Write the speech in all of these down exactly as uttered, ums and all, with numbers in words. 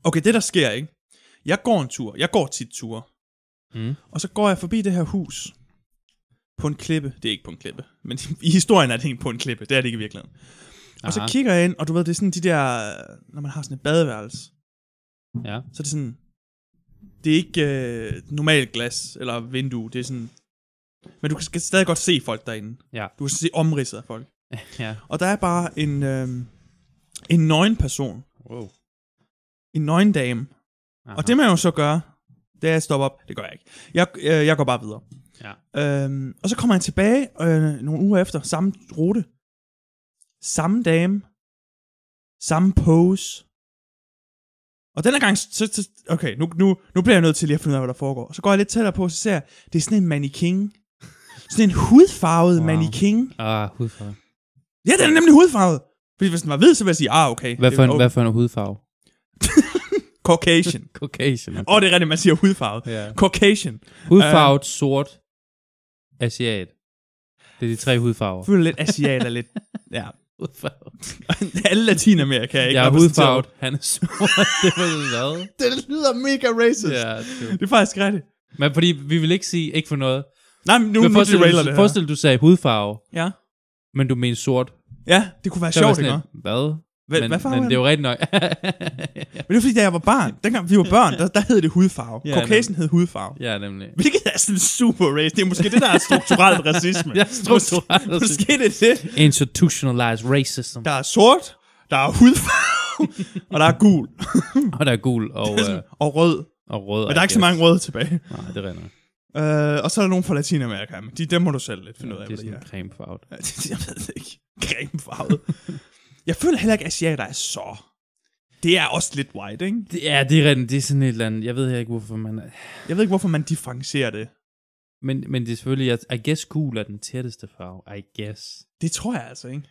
Okay, det der sker, ikke? Jeg går en tur. Jeg går tit ture. Mm. Og så går jeg forbi det her hus. På en klippe. Det er ikke på en klippe. Men i historien er det ikke på en klippe. Det er det ikke i virkeligheden. Og så Aha. kigger jeg ind, og du ved, det er sådan de der... Når man har sådan et badeværelse. Ja. Så er det sådan... Det er ikke øh, normalt glas eller vindue. Det er sådan... Men du kan stadig godt se folk derinde. Ja. Du kan se omridset af folk. Ja. Og der er bare en... Øh, en nøgen person. Wow. En nøgen dame. Aha. Og det man jo så gør, det er at stoppe op. Det gør jeg ikke. Jeg, øh, jeg går bare videre. Ja. Øhm, og så kommer han tilbage øh, nogle uger efter. Samme rute. Samme dame. Samme pose. Og denne gang, så, så, okay, nu, nu, nu bliver jeg nødt til lige at finde ud af, hvad der foregår. Så går jeg lidt tættere på, så ser jeg, det er sådan en mannequin. Sådan en hudfarvet wow. mannequin. Ah, hudfarve. Ja, den er nemlig hudfarvet. Fordi hvis den var hvid, så ville jeg sige, ah, okay. Hvad for en, okay. hvad for en hudfarve? Caucasian. Caucasian. Åh, okay. oh, det er rigtigt, man siger hudfarvet. Ja. Caucasian. Hudfarvet, uh, sort, asiat. Det er de tre hudfarver. Jeg føler lidt asiat er lidt, ja. Hudfarvet. Alle Latinamerika er ikke Jeg er hudfarvet. Han er sort. Det var hvad? Det lyder mega racist. Ja, det, det er faktisk rigtigt. Men fordi vi vil ikke sige, ikke for noget. Nej, men nu, men nu derailer det her. Forestil dig, du sagde hudfarve. Ja. Men du mener sort. Ja, det kunne være så sjovt, ikke? Hvad? Hvad? Men, hvad farve men det er jo rigtig nok. Men det er fordi, da jeg var barn, dengang vi var børn, der, der hed det hudfarve. Ja, Caucasian hed hudfarve. Ja, nemlig. Hvilket er sådan super racist. Det er måske det, der er strukturelt racisme. Ja, strukturelt racisme. Måske det er det. Institutionalized racism. Der er sort, der er hudfarve, og der er gul. Og der er gul og, sådan, og rød. Og rød. Men der er ikke så mange røde tilbage. Nej, det er rigtigt. Uh, og så er der nogen fra Latinamerika, men de, dem må du selv lidt finde ja, ud af, det er hvad de er. sådan cremefarvet. Jeg ved det ikke. Cremefarvet. Jeg føler heller ikke, at asiater er så... Det er også lidt white, ikke? Det, ja, det er rigtigt. Det er sådan et eller andet... Jeg ved ikke, hvorfor man... Jeg ved ikke, hvorfor man differentierer det. Men, men det er selvfølgelig... I guess gul er den tætteste farve. I guess. Det tror jeg altså ikke.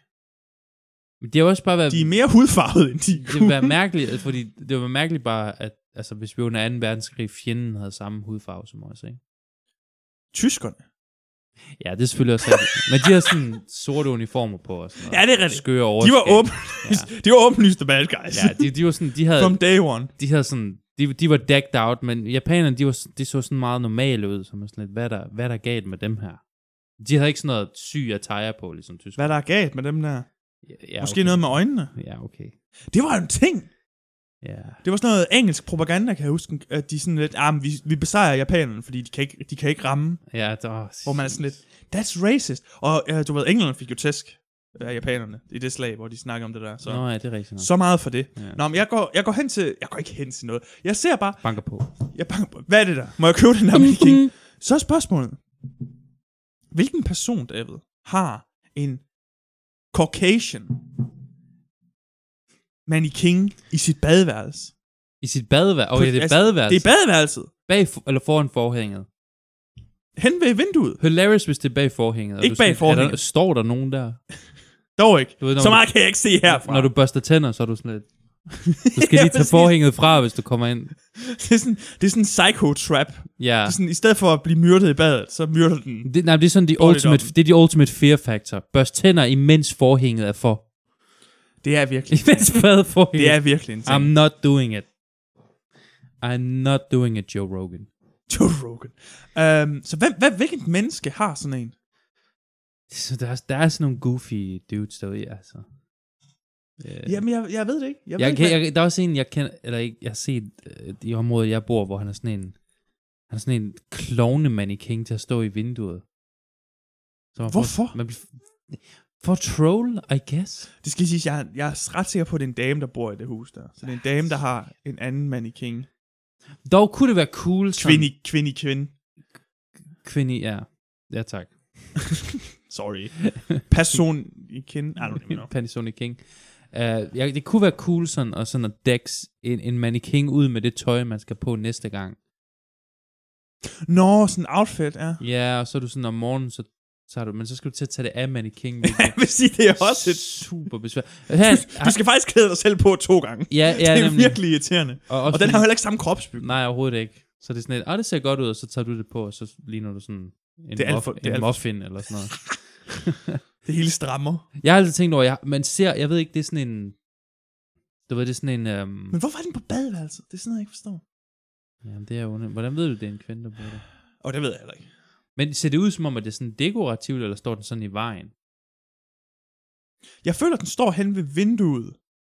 Men det har også bare været... De er mere hudfarvede, end de er gule. Det vil være mærkeligt, fordi det var mærkeligt bare, at altså, hvis vi under anden verdenskrig, fjenden havde samme hudfarve som os, ikke? Tyskerne? Ja, det er selvfølgelig også rigtigt. Men de har sådan sorte uniformer på os. Ja, det er rigtigt. Skøre de var åbenlyst, ja. De var åbenlyst the bad guys. Ja, de, de var sådan, de havde... From day one. De havde sådan, de, de var decked out, men japanerne, de, var, de så sådan meget normale ud, som sådan lidt, hvad der, hvad der er galt med dem her? De havde ikke sådan noget syg attire på, ligesom tysk. Hvad der er galt med dem der? Ja, ja, Måske okay. noget med øjnene? Ja, okay. Det var jo en ting. Ja. Det var sådan noget engelsk propaganda, kan jeg huske, at de sådan lidt, ah, vi, vi besejrer japanerne, fordi de kan ikke, de kan ikke ramme. Ja, der var... Hvor man er sådan lidt, that's racist. Og uh, du ved, England fik jo tæsk af japanerne i det slag, hvor de snakker om det der. Så, Nå ja, det er rigtigt. Så meget for det. Ja. Nå, men jeg går, jeg går hen til, jeg går ikke hen til noget. Jeg ser bare... Banker på. Jeg banker på. Hvad er det der? Må jeg købe den her mannequin? Så er spørgsmålet, hvilken person, David, har en Caucasian mannequin i sit badeværelse? I sit badeværelse? Okay, det er altså, badeværelse. Det er badeværelset. Bag for, eller foran forhænget? Hen ved vinduet. Hilarious, hvis det er bag forhænget. Ikke bag forhænget. Der, står der nogen der? Dog ikke. Du ved, så meget kan jeg ikke se herfra. Når du børster tænder, så er du sådan lidt... Du skal lige tage forhænget fra, hvis du kommer ind. Det er sådan, det er sådan en psycho-trap. Ja. Det er sådan, i stedet for at blive myrdet i badet, så myrder den... Det, nej, det er sådan de ultimate, det er de ultimate fear factor. Børst tænder, imens forhænget er for. Det er virkelig... Imens badet forhænget. Det er virkelig en ting. I'm not doing it. I'm not doing it, Joe Rogan. Joe Rogan. Um, så hvem, hvem, hvilket menneske har sådan en? Så der er, der er sådan nogle goofy dudes derude, altså. Yeah. Jamen, jeg, jeg ved det ikke. Jeg jeg ved kan, ikke, jeg, der er også en, jeg kender, eller ikke, jeg har set uh, i området, jeg bor, hvor han er sådan en, han er sådan en klovne-mannequin til at stå i vinduet. Så man Hvorfor? Får, man bliver, for troll, I guess. Det skal sige, jeg, jeg er ret sikker på, at det er en dame, der bor i det hus der. Så det er en dame, der har en anden mannequin. Dog kunne det være cool. Kvinde, kvinde, kvinde. Kvinde, ja. Ja, tak. Sorry. Person i kind. I don't even know. Person i king. Uh, ja, det kunne være cool sådan, og sådan at dække en, en mannequin ud med det tøj, man skal på næste gang. Nå, sådan en outfit, ja. Ja, og så er du sådan om morgenen, så tager du, men så skal du til at tage det af mannequin. Jeg vil sige, det er også et super besvær. Her, du skal faktisk klæde dig selv på to gange. Ja, ja, det er nemlig. virkelig irriterende. Og, og den har heller ikke samme kropsbygning. Nej, overhovedet ikke. Så det er sådan et, ah, det ser godt ud, og så tager du det på, og så ligner du sådan en, det er for, muff, det er en muffin eller sådan noget. Det hele strammer. Jeg har altid tænkt over, jeg, man ser, jeg ved ikke, det er sådan en, Du ved, det er sådan en... Øhm... Men hvorfor er den på badeværelset? Det er sådan noget, jeg ikke forstår. Jamen, det er jo... Hvordan ved du, det er en kvinde, der bor der? Åh, oh, det ved jeg heller ikke. Men ser det ud som om, at det er sådan dekorativt, eller står den sådan i vejen? Jeg føler, den står hen ved vinduet.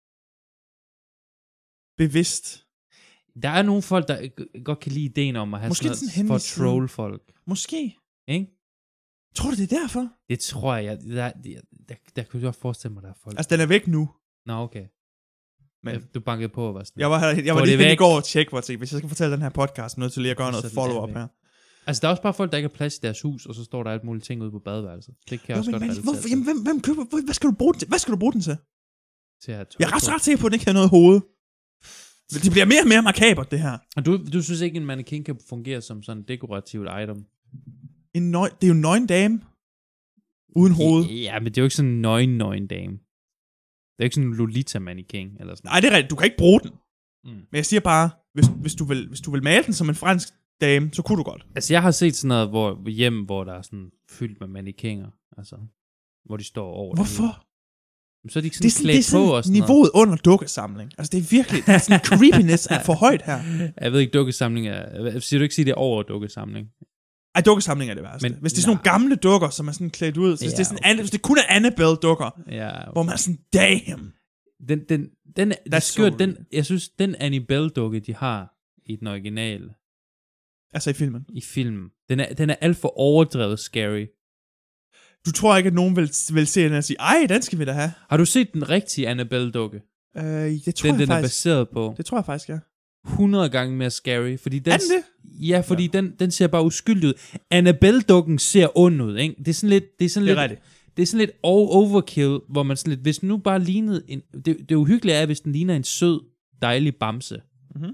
Bevidst. Der er nogle folk, der godt kan lide ideen om at have Måske sådan sådan noget for troll-folk. Måske. Ikke? Tror du, det er derfor? Det tror jeg. Der, der, der, der kunne jeg godt forestille mig, der er folk. Altså, den er væk nu. Nå, okay. Men Men du bankede på og var sådan. jeg var, jeg var Få lige det hen i væk. går og tjekke, hvor jeg tænkte, hvis jeg skal fortælle den her podcast, så er jeg nødt til lige at gøre noget Så den follow-up er væk. her. Altså, der er også bare folk, der ikke har plads i deres hus, og så står der alt muligt ting ude på badeværelset. Det kan jeg Jo, også men, godt men, relatere hvorfor, til. jamen, hvem, hvem køber, hvad, hvad skal du bruge den til? Hvad skal du bruge den til? til at have tøj Jeg er ret på. ret sikker på, at den ikke har noget hoved. Det bliver mere og mere makabert, det her. Og du, du synes ikke, en mannequin kan fungere som sådan et dekorativt item? En nøg, det er jo en nøgen dame. Uden hoved. Ja, men det er jo ikke sådan en nøgen, nøgen dame. Det er ikke sådan en Lolita mannequin eller sådan. Nej, det er rigtigt. Du kan ikke bruge den. Mm. Men jeg siger bare, hvis, hvis, du vil, hvis du vil male den som en fransk dame, så kunne du godt. Altså, jeg har set sådan noget hvor, hjem, hvor der er sådan fyldt med mannequiner. Altså, hvor de står over. det hele. Hvorfor? Så er de ikke Det sådan er sådan, det er klædt på og sådan sådan noget. niveauet under dukkesamling. Altså, det er virkelig, det er sådan, creepiness er for højt her. Jeg ved ikke, dukkesamling er... Siger du ikke sige, det er over dukkesamling? Ej, dukkesamling er det værste. Men- hvis det er sådan nogle nej. gamle dukker, som er sådan klædt ud, så hvis, Ja, det, er sådan, okay. Anne, hvis det kun er Annabelle-dukker, Ja. hvor man er sådan, damn. Den, den, den, det er That's skørt, so den, jeg synes, den Annabelle-dukke, de har i den originale, Altså i filmen. i filmen, den er, den er alt for overdrevet scary. Du tror ikke, at nogen vil, vil se den og sige, ej, den skal vi da have. Har du set den rigtige Annabelle-dukke? Øh, det tror Den, jeg den er faktisk. baseret på. Det tror jeg faktisk, ja. hundrede gange mere scary, fordi den... Er den det? Ja, fordi ja. Den, den ser bare uskyldig ud. Annabelle-dukken ser ond ud, ikke? Det er sådan lidt... Det er sådan Det er lidt, rigtigt. det er sådan lidt overkill, hvor man sådan lidt... Hvis den nu bare lignede en... Det, det uhyggelige er, hvis den ligner en sød, dejlig bamse. Mhm.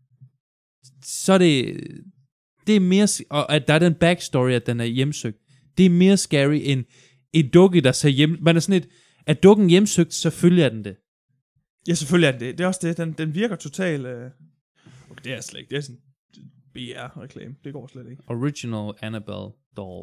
Så er det... Det er mere... Og at der er den backstory, at den er hjemsøgt. Det er mere scary end en dukke, der ser hjem... Man er sådan et... Er dukken hjemsøgt, selvfølgelig er den det. Ja, selvfølgelig er den det. Det er også det. Den, den virker totalt... Øh... Okay, det er slet ikke. Det er sådan B R-reklame. Det går slet ikke. Original Annabelle doll.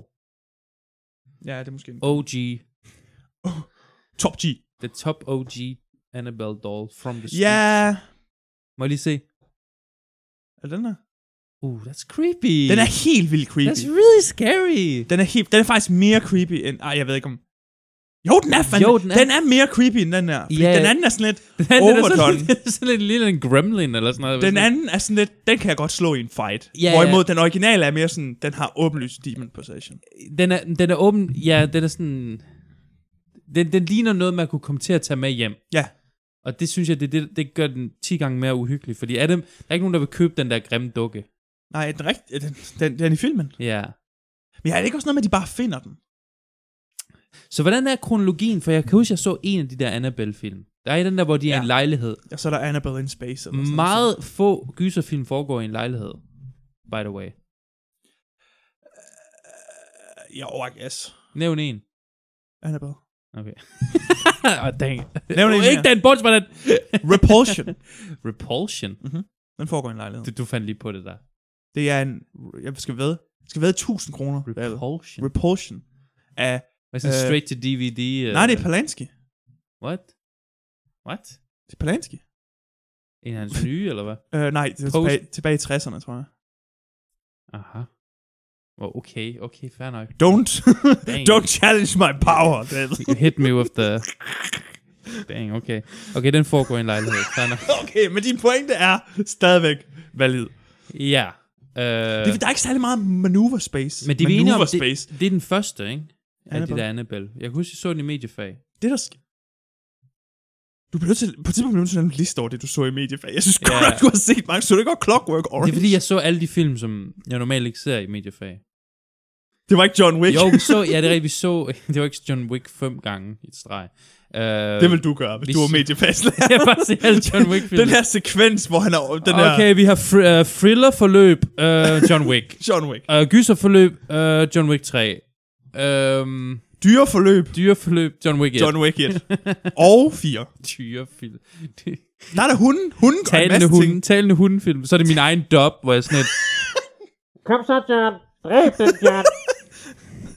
Ja, det er måske en... O G. Oh, top G. The top O G Annabelle doll from the street. Ja. Må jeg lige se? Er den der? Uh, that's creepy. Den er helt vildt creepy. That's really scary. Den er, helt, den er faktisk mere creepy end... Ej, jeg ved ikke om... Jo, den er fandme... Jo, den er. den er mere creepy end den der. Fordi Ja. den anden er sådan lidt Den, den er overdone. sådan, det er sådan lidt lille en gremlin eller sådan noget. Den anden er sådan lidt... Den kan jeg godt slå i en fight. Ja, Hvorimod ja. den originale er mere sådan... Den har åbenlyst demon possession. Den er, den er åben. Ja, den er sådan... Den, den ligner noget, man kunne komme til at tage med hjem. Ja. Og det synes jeg, det, det, det gør den ti gange mere uhyggelig. Fordi er det, der er ikke nogen, der vil købe den der grimme dukke. Nej, den, rigt, den, den, den er i filmen. Ja. Men er det ikke også noget med, at de bare finder den? Så hvordan er kronologien? For jeg kan huske, jeg så en af de der Annabelle-film. Der er den der, hvor de er i Ja. en lejlighed. Og så er der Annabelle in Space. Eller sådan noget. Meget få gyserfilm foregår i en lejlighed. By the way. Jo, I guess. Nævn en. Annabelle. Okay. Åh, oh, dang. Nævn en oh, ikke mere. den, bort med den. Repulsion. Repulsion. Mm-hmm. Den foregår i en lejlighed. Du, du fandt lige på det der. Det er en... Jeg skal ved. Jeg skal ved tusind kroner. Repulsion. Repulsion. Af... Hvad sådan Øh, straight to D V D? Uh, Nej, det er Polanski. What? What? Det er Polanski. En af hans nye, eller hvad? Uh, nej, det er Post- tilbage, tilbage i tresserne, tror jeg. Aha. Oh, okay, okay, fair nok. Don't. Dang. Don't challenge my power. You hit me with the... Dang, okay. Okay, den foregår i en lejlighed. Fair nok. Okay, men din pointe er stadigvæk valid. Ja. Uh, Det er, der er ikke særlig meget maneuver space. men det er vi enige om, maneuver det, space. det er den første, ikke? Af de Annabelle. der Annabelle. Jeg kan huske, jeg så den i mediefag. Det der sk- Du bliver nødt til, på et tidspunkt bliver du nødt til at lave en liste over det, du så i mediefag. Jeg synes Ja. godt, at du har set mange. Så du ikke godt Clockwork Orange? Det er fordi, jeg så alle de film, som jeg normalt ikke ser i mediefag. Det var ikke John Wick. Jo, vi så, ja, det er rigtigt, vi så, det var ikke John Wick fem gange i et streg. Uh, Det vil du gøre, hvis vi du var så- mediefagslærer. Jeg har bare set alle John Wick-film. Den her sekvens, hvor han er... Den Okay, her vi har fr- uh, thriller-forløb, uh, John Wick. John Wick. Uh, gyser-forløb, uh, John Wick tre. Um, Dyreforløb. dyreforløb, John Wick et. John Wick et. Og fire. Dyrefilm. Der er der hunden. Hunden gør en Talende masse hunden, ting. talende hundenfilm. Så er det min egen dub, hvor jeg sådan et... Kom så, John. Dræb den, John.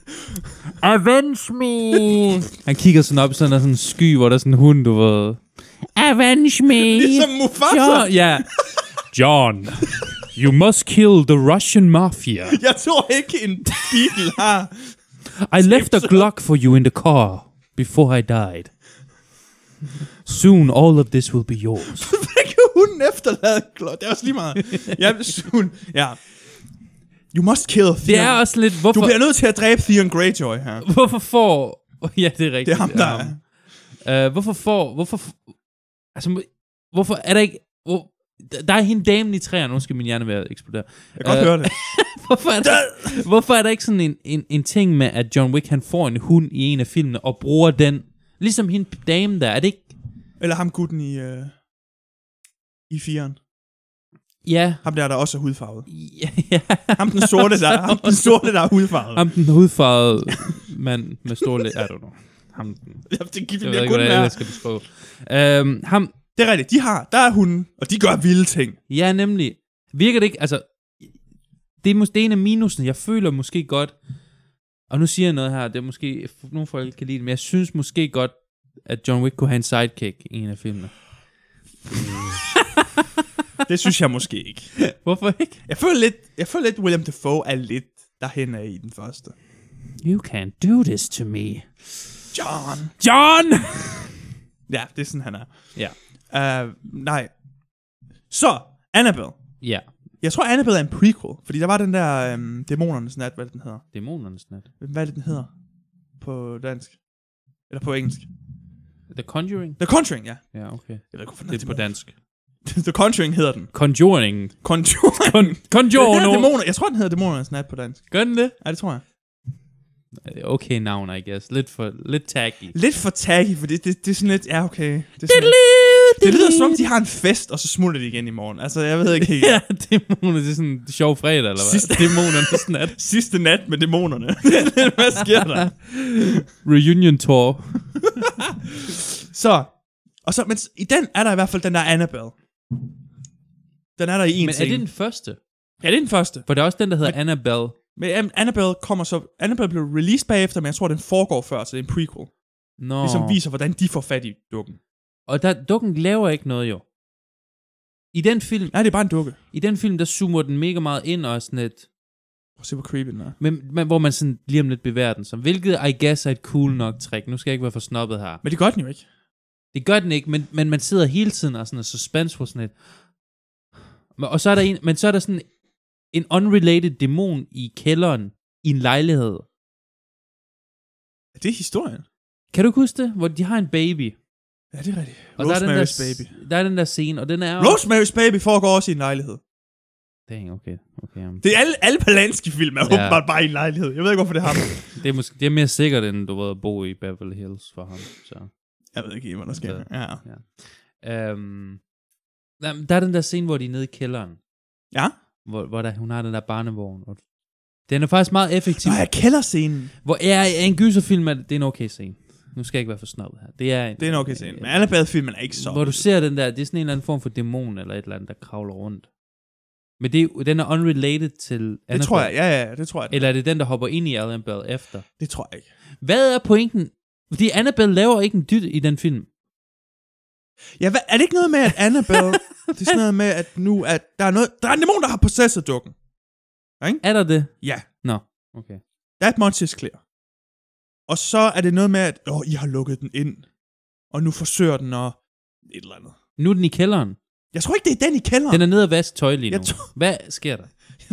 Avenge me! Han kigger sådan op, sådan der sådan en sky, hvor der er sådan en hund, du ved. Avenge me. Ligesom Mufasa. John, ja. John, you must kill the Russian mafia. Jeg tror ikke, en Beatle har... I left a Glock for you in the car before I died. Soon all of this will be yours. Hvad kan hunden efterlade Klot? Det er også lige meget. Ja, soon. Ja. You must kill Theon. Det er også lidt... Hvorfor, Du bliver nødt til at dræbe Theon Greyjoy her. hvorfor får... Ja, det er rigtigt. Det er ham, der er. er. Uh, hvorfor får... Hvorfor... f- Altså, må- hvorfor er der ikke... Hvor, der- der er hende damen i træerne. Nu skal min hjerne være eksplodere. Jeg kan godt Øh, høre det. Hvorfor er, der, hvorfor er der ikke sådan en, en, en ting med, at John Wick han får en hund i en af filmene, og bruger den, ligesom hende dame der, er det ikke? Eller ham gutten i... Uh, I firen. Ja. Ham der, der også er hudfarvet. Ja, ja. Ham den sorte, der, ham den sorte, der er hudfarvet. Ham den hudfarvede mand med store læ- I don't know. Ham den, Ja, det giver jeg vi ved ikke, kun hvordan er. jeg skal beskrive. Um, ham, Det er rigtigt. De har, der er hunden, og de gør vilde ting. ja nemlig, virker det ikke, altså, det er, mås- det er en af minusene, jeg føler måske godt, og nu siger jeg noget her, det er måske, nogle folk kan lide det, men jeg synes måske godt, at John Wick kunne have en sidekick i en af filmene. Det synes jeg måske ikke. Hvorfor ikke? Jeg føler lidt, jeg føler lidt, William Dafoe er lidt derhen af i den første. You can't do this to me. John. John! Ja, det er sådan, han er. Ja. Uh, nej. Så, Annabelle. Ja. Jeg tror, Annabelle er en prequel, fordi der var den der um, Dæmonernes Nat, hvad er det, den hedder. Dæmonernes nat. Hvad er det, den hedder? På dansk. Eller på engelsk. The Conjuring? The Conjuring, ja. Ja, okay. Jeg ved ikke, hvorfor den Det er på hedder dansk. dæmoner. The Conjuring hedder den. Conjuring. Conjuring. Con- Den Conjuring. hedder dæmoner. Jeg tror, den hedder Dæmonernes Nat på dansk. Gør den det? Ja, det tror jeg. Okay navn, I guess. Lidt for, lidt tacky. Lidt for tacky, for det, det, det er sådan lidt, ja okay. Det, er sådan, det lyder som om, de har en fest, og så smutter de igen i morgen. Altså, jeg ved ikke helt. Ja, dæmoner, det er sådan en sjov fredag, eller hvad? Sidste- Dæmonernes nat. Sidste nat med dæmonerne. Hvad sker der? Reunion tour. Så, og så, men i den er der i hvert fald den der Annabelle. Den er der i en Men er scene. det den første? Ja, det er den første. For der er også den, der hedder Annabelle. Men um, Annabelle kommer så... Annabelle blev released bagefter, men jeg tror, den foregår før, så det er en prequel. Nå. Ligesom viser, hvordan de får fat i dukken. Og der, dukken laver ikke noget, jo. I den film, Nej, det er bare en dukke. i den film, der zoomer den mega meget ind og er sådan et... Prøv at se, hvor creepy den er. Men, men, hvor man sådan lige om lidt bevæger den som, hvilket I guess er et cool nok trick. Nu skal jeg ikke være for snobbet her. Men det gør den jo ikke. Det gør den ikke, men, men man sidder hele tiden og sådan en suspense på sådan et... Og så er der en, men så er der sådan en unrelated dæmon i kælderen i en lejlighed. Er det historien? Kan du ikke huske det? Hvor de har en baby. Ja, det er rigtigt. Og der er, den der, Rosemary's Baby. der er den der scene, og den er... Rosemary's Baby foregår også i en lejlighed. Dang, okay. okay um. Det er alle, alle Polanski-film er Ja. åbenbart bare i en lejlighed. Jeg ved ikke, hvorfor det har det, er måske, det er mere sikkert, end du ved at bo i Beverly Hills for ham. Så. Jeg ved ikke, hvad der sker. Ja. Um, der, der er den der scene, hvor de er nede i kælderen. Ja? Hvor, hvor der, hun har den der barnevogn. Og den er faktisk meget effektiv. Nå, jeg kælder scenen. Hvor er en gyserfilm, er det, det er en okay scene. Nu skal jeg ikke være for snobbet her. Det er en, Det er en okay scene. Men Annabelle-filmen er ikke så. hvor du ser den der, det er sådan en eller anden form for dæmon, eller et eller andet, der kravler rundt. Men det, er- den er unrelated til Annabelle. Det tror jeg. Ja, ja, det tror jeg. Eller er det den, der hopper ind i Annabelle efter? Det tror jeg ikke. Hvad er pointen? Fordi Annabelle laver ikke en dyt i den film. Ja, hvad, er det ikke noget med, at Annabelle... det er sådan noget med, at nu... At der, er noget, der er en dæmon, der har possesset dukken. Er der det? Ja. Nå, okay. That much is clear. Og så er det noget med, at åh, I har lukket den ind. Og nu forsøger den at... Et eller andet. Nu er den i kælderen. Jeg tror ikke, det er den i kælderen. Den er nede og vaske tøj lige nu. Jeg tror- Hvad sker der?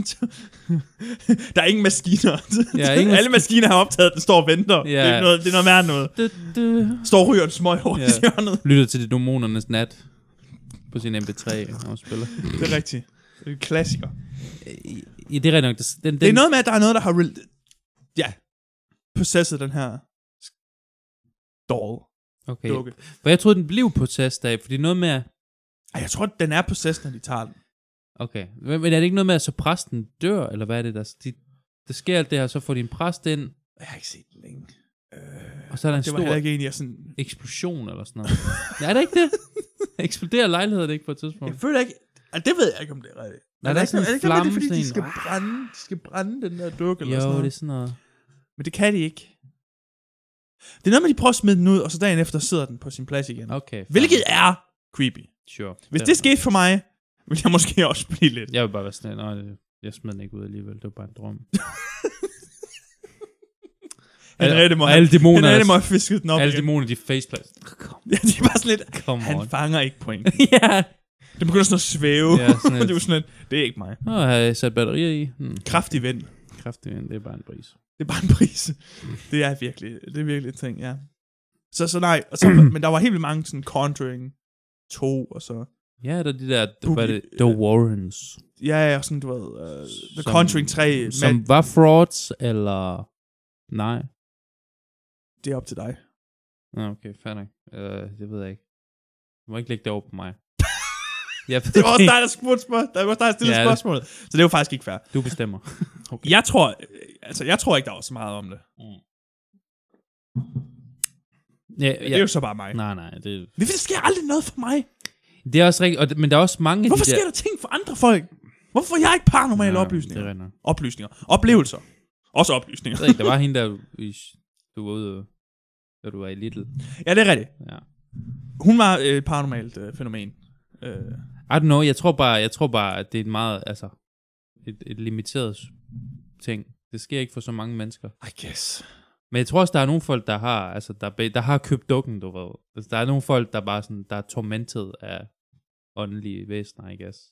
Der er ingen maskiner. Ja, ingen Alle maskiner har optaget, den står og venter. Ja. Det, er noget, det er noget værd noget. Du, du. Står og ryger en smøg over Ja. i hjørnet. Lytter til det dæmonernes nat på sin M P tre og spiller. Det er rigtigt. Det er en klassiker. Ja, det er rigtigt nok. Den, den, Det er noget med, at der er noget, der har... Re- ja. Possesset den her... Doll. Okay. Dukke. For jeg troede, den blev possessed af, fordi noget med... Ej, jeg tror, den er possessed, når de tager den. Okay. Men men er det ikke noget med, at så præsten dør, eller hvad er det, der... De, der sker alt det her, så får de en præst ind, Jeg har ikke set den længe. Øh, og så er der en det var stor heller ikke en, jeg sådan... eksplosion, eller sådan noget. Er det ikke det? Eksploderer lejligheden ikke på et tidspunkt? Jeg føler ikke... Altså, det ved jeg ikke, om det er rigtigt. Nej, der er sådan en er det ikke noget med, flamme, det, er, fordi de sådan skal en- brænde, de skal brænde den der dukke, eller sådan Jo, noget. det er sådan noget... Men det kan de ikke. Det er noget med, de prøver at smide den ud, og så dagen efter sidder den på sin plads igen. Okay. Hvilket er creepy. Sure. Hvis det, det skete for mig, ville jeg måske også blive lidt. Jeg vil bare være sådan, nej, jeg smed den ikke ud alligevel. Det var bare en drøm. Henriette må, alle dæmoner, Henriette må have fisket den op alle igen. dæmoner, de faceplant. Ja, de er bare sådan lidt, Come han on. fanger ikke point. Ja. Det begynder sådan at svæve. Ja, sådan det er jo sådan lidt, det er ikke mig. Nå, har jeg sat batterier i? Hmm. Kraftig vind. Kraftig vind, det er bare en pris. Det er bare en pris. Det er virkelig, det er virkelig en ting, ja. Så, så nej, og så, men der var helt vildt mange sådan Conjuring to, og så... Ja, der er de der, Boogie, hvad er det, The Warrens. Ja, ja, sådan, du ved, uh, The Som- Conjuring tre, Som men var frauds, eller... Nej. det er op til dig. Nå, okay, fair nok. Uh, det ved jeg ikke. Du må ikke lægge det over på mig. Jeg ved Det var også ikke. dig, der spurgte spørgsmål. Det var også dig, der stillede Ja, det- spørgsmålet. Så det var faktisk ikke fair. Du bestemmer. Okay. Jeg tror, altså, jeg tror ikke, der var så meget om det. Ja, Ja. Det er jo så bare mig. Nej, nej. Det, Det, det sker aldrig noget for mig. det er også rigtigt, og, men der er også mange af Hvorfor de der... sker der ting for andre folk? Hvorfor får jeg ikke paranormale Nej, oplysninger? Det er rigtigt. Oplysninger. Oplevelser. Også oplysninger. Jeg ved ikke, der var hende der, i- du var ude, da du var i Little. Ja, det er rigtigt. Ja. Hun var et øh, paranormalt øh, fænomen. Øh, I don't know, jeg tror bare, jeg tror bare, at det er et meget, altså, et, et limiteret ting. Det sker ikke for så mange mennesker. I guess. Men jeg tror også, der er nogle folk, der har, altså, der, be- der har købt dukken, du ved. Altså, der er nogle folk, der bare sådan, der er tormentet af åndelige væsener, I guess.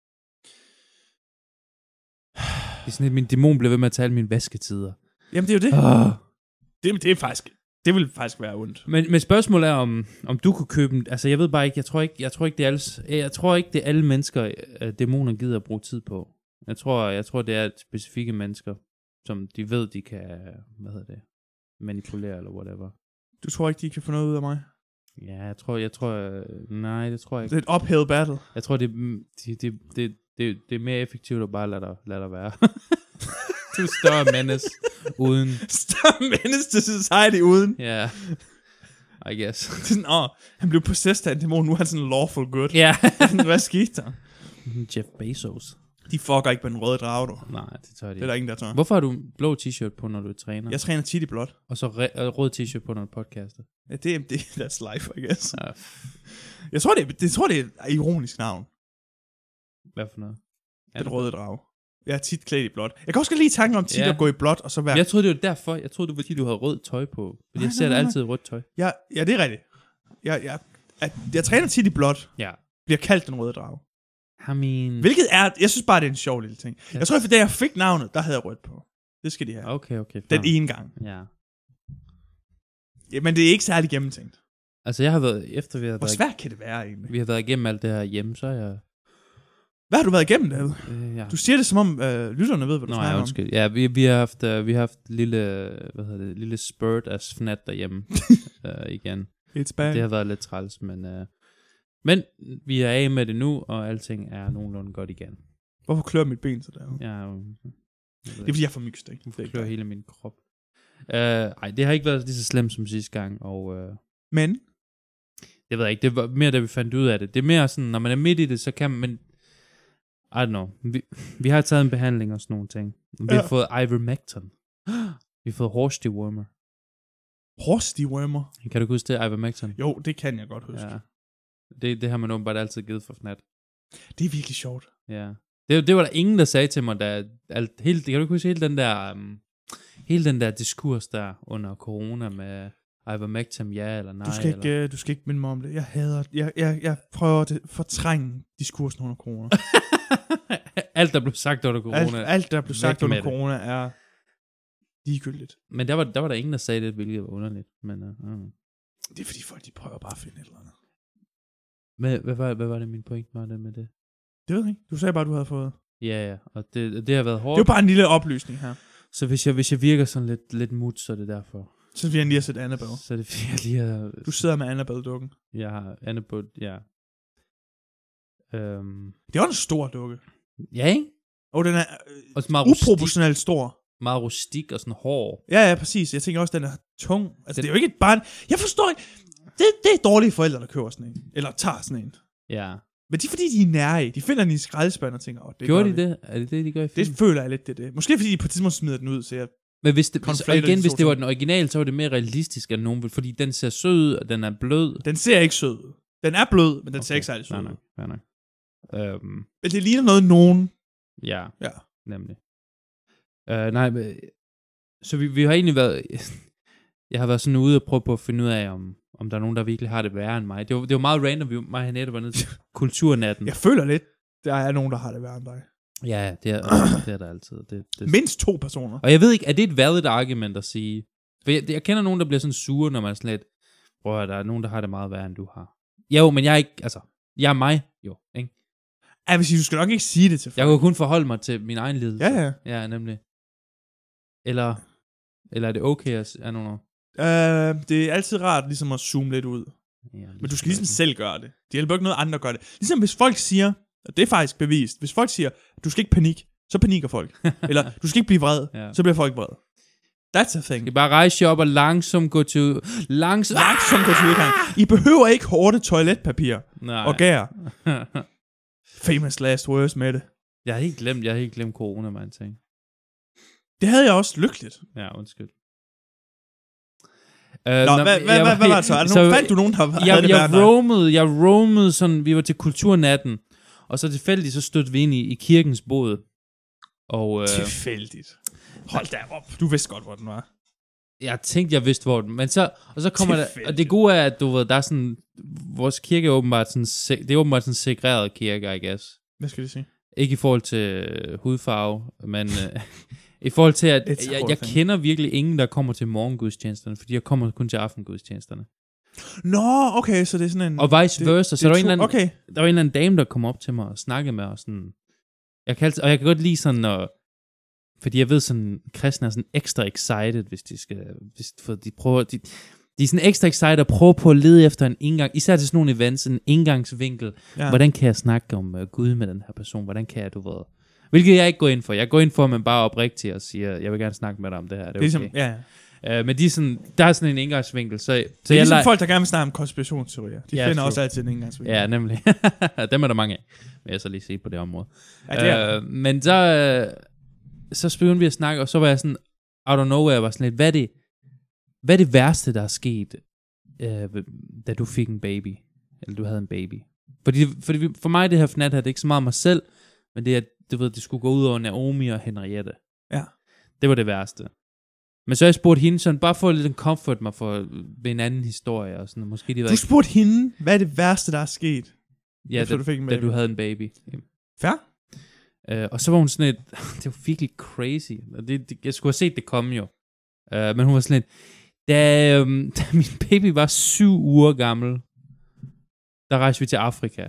Det er sådan, at min dæmon bliver ved med at tage alle mine vasketider. Jamen, det er jo det. Oh. Det, det er faktisk... Det vil faktisk være ondt. Men, men spørgsmålet er, om, om du kunne købe en, altså jeg ved bare ikke, jeg tror ikke, jeg tror ikke, det er alle, jeg tror ikke, det er alle mennesker, øh, dæmoner gider at bruge tid på. Jeg tror, jeg tror, det er specifikke mennesker, som de ved, de kan, hvad hedder det, manipulere eller whatever. Du tror ikke, de kan få noget ud af mig? Ja, jeg tror, jeg tror, øh, nej, det tror jeg Det ikke. er et uphill battle. Jeg tror, det, det, det, det, det, det er mere effektivt at bare lade dig, lade dig være. Du er større menace uden, Større menace to society uden. ja, yeah, I guess. Det er sådan, åh, han blev possessed af en dæmon, nu er han sådan lawful good. Ja. Sådan, hvad skete der? Jeff Bezos. De fucker ikke med den røde drage, du. Nej, det tør de Det er der ingen, der tør. Hvorfor har du en blå t-shirt på, når du træner? Jeg træner tit i blåt. Og så re- øh, rød t-shirt på, når du podcaster? Ja, det er, det, that's life, I guess. Ja. Jeg tror, det er, det, jeg tror, det er et ironisk navn. Hvad for noget? Den røde drage. Jeg er tit klædt i blåt. Jeg kan også godt lide tanken om tit Ja. at gå i blåt, og så være... Jeg troede, det var derfor. Jeg troede, det var, fordi du havde rødt tøj på. Fordi Nej, jeg ser nej, dig nej. altid i rødt tøj. Ja, ja, det er rigtigt. Jeg, jeg, at, jeg træner tit i blåt, Ja. bliver kaldt den røde drage. I mean... Hvilket er, jeg synes bare, det er en sjov lille ting. Jeg tror, at da jeg fik navnet, der havde jeg rødt på. Det skal de have. Okay, okay. Den fair. ene gang. Ja. Ja, men det er ikke særlig gennemtænkt. Altså, jeg har været... Efter vi har Hvor været, svært kan det være egentlig? vi har været igennem alt det her hjemme, så er jeg... Hvad har du været igennem, David? Øh, ja. Du siger det, som om øh, lytterne ved, hvad du Nå, snakker ja, om. undskyld. Ja, vi, vi har haft, uh, vi har haft lille, hvad hedder det, lille spurt af fnat derhjemme uh, igen. It's bad. Det har været lidt træls, men... Uh, men vi er af med det nu, og alting er nogenlunde godt igen. Hvorfor klør mit ben så der? Jeg er jo... Det er fordi, jeg får mygstik. Det er Det ikke klør det. hele min krop. Uh, ej, det har ikke været lige så slemt som sidste gang, og uh, Men, det ved jeg ikke, det var mere, da vi fandt ud af det. Det er mere sådan, når man er midt i det, så kan man, men, I don't know, vi, vi har taget en behandling og sådan nogle ting. Vi Ja. har fået ivermectin. Vi har fået horse dewormer. horse dewormer. Kan du huske det, ivermectin? Jo, det kan jeg godt huske. Ja. Det, det har man åbenbart altid givet for fnat. Det er virkelig sjovt. Ja. Det, det var der ingen, der sagde til mig, da alt, hele, kan du huske hele den der, um, hele den der diskurs der under corona med ivermectin, ja eller nej? Du skal, eller? ikke, øh, du skal ikke minde mig om det. Jeg hader... Jeg, jeg, jeg prøver at fortrænge diskursen under corona. Alt, der blev sagt under corona. Alt, alt, der blev sagt Væk under med det. corona, er ligegyldigt. Men der var, der var der ingen, der sagde det, hvilket var underligt. Men, uh, uh. Det er fordi folk, de prøver bare at finde et eller andet. Hvad, hvad, var, hvad var det, min point var det med det? Det ved jeg ikke. Du sagde bare, du havde fået... Ja, ja, og det, det har været Det hårdt. er jo bare en lille oplysning her. Så hvis jeg, hvis jeg virker sådan lidt, lidt mut, så er det derfor. Så vil jeg lige have set Annabelle. Så er det fordi, jeg lige har... Du sidder med Annabelle-dukken. Jeg har Annabelle, ja. Øhm, Det er også en stor dukke. ja, ikke? Og den er øh, Og så meget rustik, uproportionelt stor. meget rustik og sådan hård. Ja, ja, præcis. Jeg tænker også, den er tung. Altså, den... det er jo ikke et barn. Jeg forstår ikke. Det, det er dårlige forældre, der køber sådan en. Eller tager sådan en. Ja. Men det er fordi, de er nære. De finder den i skraldespanden og tænker, åh, det Gjorde gør de vi. det? Er det det, de gør i film? Det føler jeg lidt, det er det. Måske fordi de på et tidspunkt smider den ud, så jeg Men hvis det, hvis, og igen, de hvis to det var ting. den originale, så var det mere realistisk end nogen, fordi den ser sød ud, og den er blød. Den ser ikke sød ud. Den er blød, men den Okay, ser ikke særlig sød fair ud. nok, fair nok. Øhm, Men det ligner noget nogen. ja, Ja. nemlig. Øh, nej, men, så vi, vi har egentlig været... Jeg har været sådan ude og prøve på at finde ud af, om, om der er nogen, der virkelig har det værre end mig. Det var, det var meget random, vi mig og Hanette var nede til kulturnatten. Jeg føler lidt, der er nogen, der har det værre end dig. Ja, det er, det er der altid. Det, det. Mindst to personer. Og jeg ved ikke, er det et valid argument at sige? For jeg, jeg kender nogen, der bliver sådan sure, når man er sådan lidt, bror, der er nogen, der har det meget værre, end du har. Jo, men jeg er ikke, altså, jeg er mig, jo, ikke? Jeg vil sige, du skal nok ikke sige det til folk. Jeg kan kun forholde mig til min egen lidelse. Ja, ja. Ja, nemlig. Eller, eller er det okay at s- I don't know. Uh, det er altid rart ligesom at zoome lidt ud. Ja, Men du skal ligesom selv gøre det. Det hjælper ikke noget andre gør det. Ligesom hvis folk siger, og det er faktisk bevist, hvis folk siger, du skal ikke panik, så panikker folk. Eller du skal ikke blive vred, Ja. så bliver folk vred. That's a thing. I bare rejse jer op og langsomt gå til... Langsomt... Langsomt gå til udgang. I behøver ikke hårde toiletpapir Nej. og gær. Famous last words med det. jeg har helt glemt, jeg har helt glemt corona, man ting. Det havde jeg også lykkeligt. Ja, undskyld. Nå, hvad, hvad, hvad, hvad var det så? Er der nogen, fandt du nogen, der havde jeg, det jeg værre end dig? roamede, jeg roamede sådan, vi var til kulturnatten, og så tilfældigt, så stødte vi ind i, i kirkens båd. Og øh, Tilfældigt. Hold da op. Du vidste godt, hvor den var. jeg tænkte, jeg vidste, hvor den, men så, og så kommer der, Tilfældigt. og det gode er, at du ved, der er sådan, vores kirke er åbenbart sådan, se- det er åbenbart sådan en segreret kirke, I guess. Hvad skal det sige? Ikke i forhold til øh, hudfarve, men øh, i forhold til, at It's a jeg, whole jeg thing. kender virkelig ingen, der kommer til morgengudstjenesterne, fordi jeg kommer kun til aftengudstjenesterne. Nå, okay, så det er sådan en... Og vice det- versa, det så der var, en to- eller anden, Okay. der var en eller anden dame, der kom op til mig og snakkede med og sådan, jeg kan altid, og jeg kan godt lide sådan, når, fordi jeg ved sådan, kristne er sådan ekstra excited, hvis de skal, hvis, for de prøver, de, de er sådan ekstra excited og prøver på at lede efter en indgang, især til sådan nogle events, en indgangsvinkel. Ja. Hvordan kan jeg snakke om uh, Gud med den her person? Hvordan kan jeg, du ved... Hvilket jeg ikke går ind for. Jeg går ind for, at man bare er oprigtig og siger, jeg vil gerne snakke med dig om det her. Det er Det er okay. ligesom, ja, ja. Uh, men de er sådan, der er sådan en indgangsvinkel, så, så Det er jeg ligesom leger- folk, der gerne vil snakke om konspirationsteorier. De Ja, finder true. også altid en indgangsvinkel. Ja, nemlig. Dem er der mange af, vil jeg så lige sige på det område. Ja, det er. Øh, men så, øh, så begyndte vi at snakke, og så var jeg sådan, out of nowhere, var sådan lidt, hvad er det, hvad er det værste, der er sket, øh, da du fik en baby? Eller du havde en baby? Fordi, fordi vi- for mig, det her fnat her, det er ikke så meget mig selv, men det er, at du ved, det skulle gå ud over Naomi og Henriette. Ja. Det var det værste. Men så har jeg spurgt hende sådan, bare for lidt en comfort mig for ved en anden historie, og sådan, måske de var Du spurgte hende, hvad er det værste, der er sket? ja, efter da, du fik en da baby. du havde en baby. Fair? Uh, og så var hun sådan lidt, det var virkelig crazy. Og det, det, jeg skulle have set det komme jo. Uh, men hun var sådan lidt, da, um, da min baby var syv uger gammel, der rejste vi til Afrika.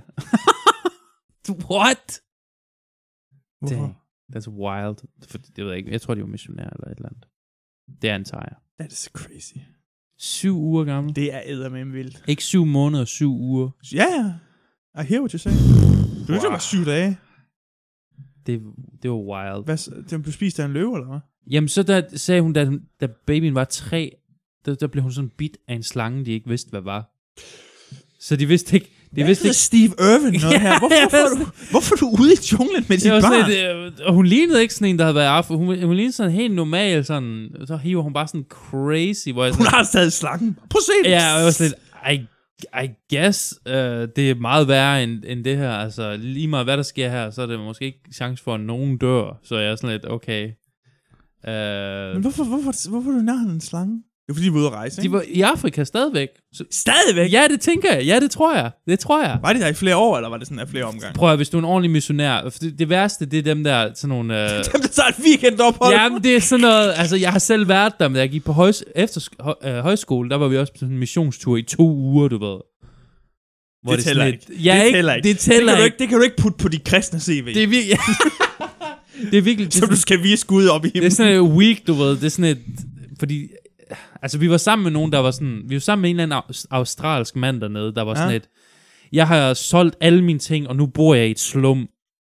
What? Hvorfor? Dang, that's wild. For, det ved jeg ikke, jeg tror de var missionærer eller et eller andet. Det antager jeg. That is crazy. Syv uger gammel. Det er eddermame vildt. Ikke syv måneder, syv uger. Ja, ja. I hear what you say. Du wow. var syv dage. Det, det var wild. Hvad, s- den blev spist af en løve, eller hvad? Jamen, så der sagde hun, da, da babyen var tre, der, der blev hun sådan bit af en slange, de ikke vidste, hvad var. Så de vidste ikke... De Hvad vidste hedder ikke... Steve Irwin noget her? Hvorfor, hvorfor, er du, hvorfor er du ude i junglen med dit Det var barn? sådan et, øh, og hun lignede ikke sådan en, der havde været i Afrika. Hun, hun lignede sådan helt normal, sådan... Så hiver hun bare sådan crazy, hvor jeg Hun sådan... har stadig slangen. Prøv at se det. Ja, og jeg var sådan lidt... I, I guess, uh, det er meget værre end, end det her. Altså, lige meget hvad der sker her, så er det måske ikke chance for, at nogen dør. Så jeg er sådan lidt, okay... Uh, Men hvorfor, hvorfor, hvorfor er du nær en slange? Det er fordi, vi er ude at rejse, de ikke? var i Afrika stadigvæk. Så, Stadigvæk? ja, det tænker jeg. Ja, det tror jeg. Det tror jeg. Var det der i flere år, eller var det sådan af flere omgange? Prøv at, hvis du er en ordentlig missionær. For det, det værste, det er dem der, sådan nogle... Øh, Dem, der tager et weekendophold. jamen, det er sådan noget... Altså, jeg har selv været der, men jeg gik på højs, efter, høj, øh, højskole, der var vi også på sådan en missionstur i to uger, du ved. Hvor Det tæller sådan ikke. lidt- Ja, det ikke? tæller ikke. Det tæller det kan du ikke. ikke. Det kan du ikke putte på dit kristne C V. Det er virkelig... det er virkelig... Det er Som du sådan, skal vise Gud op i det er himlen. sådan et week, du ved. Det er sådan et... Fordi... Altså, vi var sammen med nogen, der var sådan... Vi var sammen med en eller anden aus- australsk mand dernede, der var sådan Ja. et... Jeg har solgt alle mine ting, og nu bor jeg i et slum.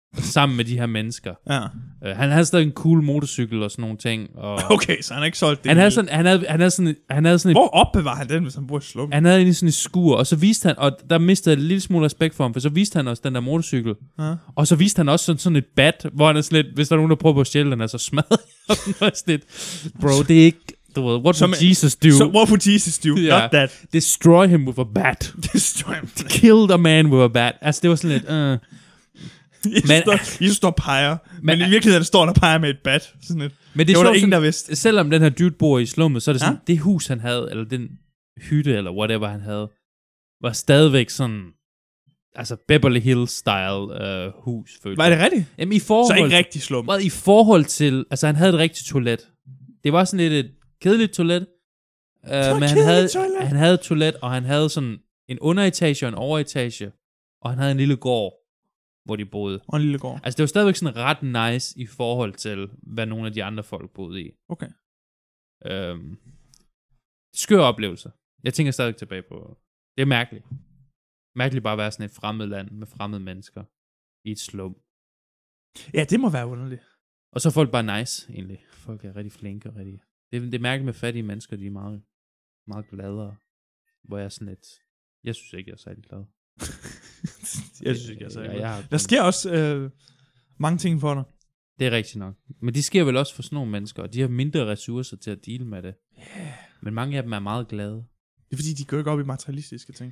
sammen med de her mennesker. Ja. Uh, han havde stadig en cool motorcykel og sådan nogle ting. Og Okay, så han har ikke solgt det. han havde sådan, han havde, han havde sådan, han havde sådan et, Hvor opbevarer han den, hvis han bor i slum? han havde egentlig sådan et skur, og så viste han, og der mistede jeg en lille smule respekt for ham, for så viste han også den der motorcykel. Ja. Og så viste han også sådan, sådan et bat, hvor han er sådan lidt, hvis der er nogen, der prøver på at stjæle den, er så smadret. sådan lidt, bro, det er ikke, du ved, what would Jesus do? So what would Jesus do? Yeah. Not that. Destroy him with a bat. Destroy him. Killed a man with a bat. Altså, det var sådan lidt, uh. Jesus, Men- står, Jesus står og peger, men, Men- men i virkeligheden står han og peger med et bat. Sådan et. Men Det, det var der sjovt, ingen, der sådan, vidste. selvom den her dude bor i slummet, så er det sådan, Ja. det hus, han havde, eller den hytte, eller whatever han havde, var stadigvæk sådan, altså Beverly Hills-style uh, hus, følte Var jeg. det rigtigt? Jamen, i forhold, Så ikke rigtig slum. well, i forhold til, altså han havde et rigtigt toilet. Det var sådan lidt et kedeligt toilet, uh, men han kedeligt havde, toilet. han havde et toilet, og han havde sådan en underetage og en overetage, og han havde en lille gård, hvor de boede. Og en lille gård. Altså det var stadigvæk sådan ret nice i forhold til, hvad nogle af de andre folk boede i. Okay. Øhm, skør oplevelser. Jeg tænker stadig tilbage på. Det er mærkeligt. Mærkeligt bare at være sådan et fremmed land med fremmede mennesker i et slum. Ja, det må være underligt. Og så er folk bare nice, egentlig. Folk er rigtig flinke og rigtig. Det, det er mærkeligt med fattige mennesker, de er meget, meget gladere. Hvor jeg er sådan lidt. Jeg synes ikke, jeg er særlig glad. Jeg synes ikke, jeg sagde ja, jeg har, Der sker også øh, mange ting for dig. Det er rigtigt nok. Men de sker vel også for sådan nogle mennesker, og de har mindre ressourcer til at deale med det. Yeah. Men mange af dem er meget glade. Det er fordi, de går ikke op i materialistiske ting.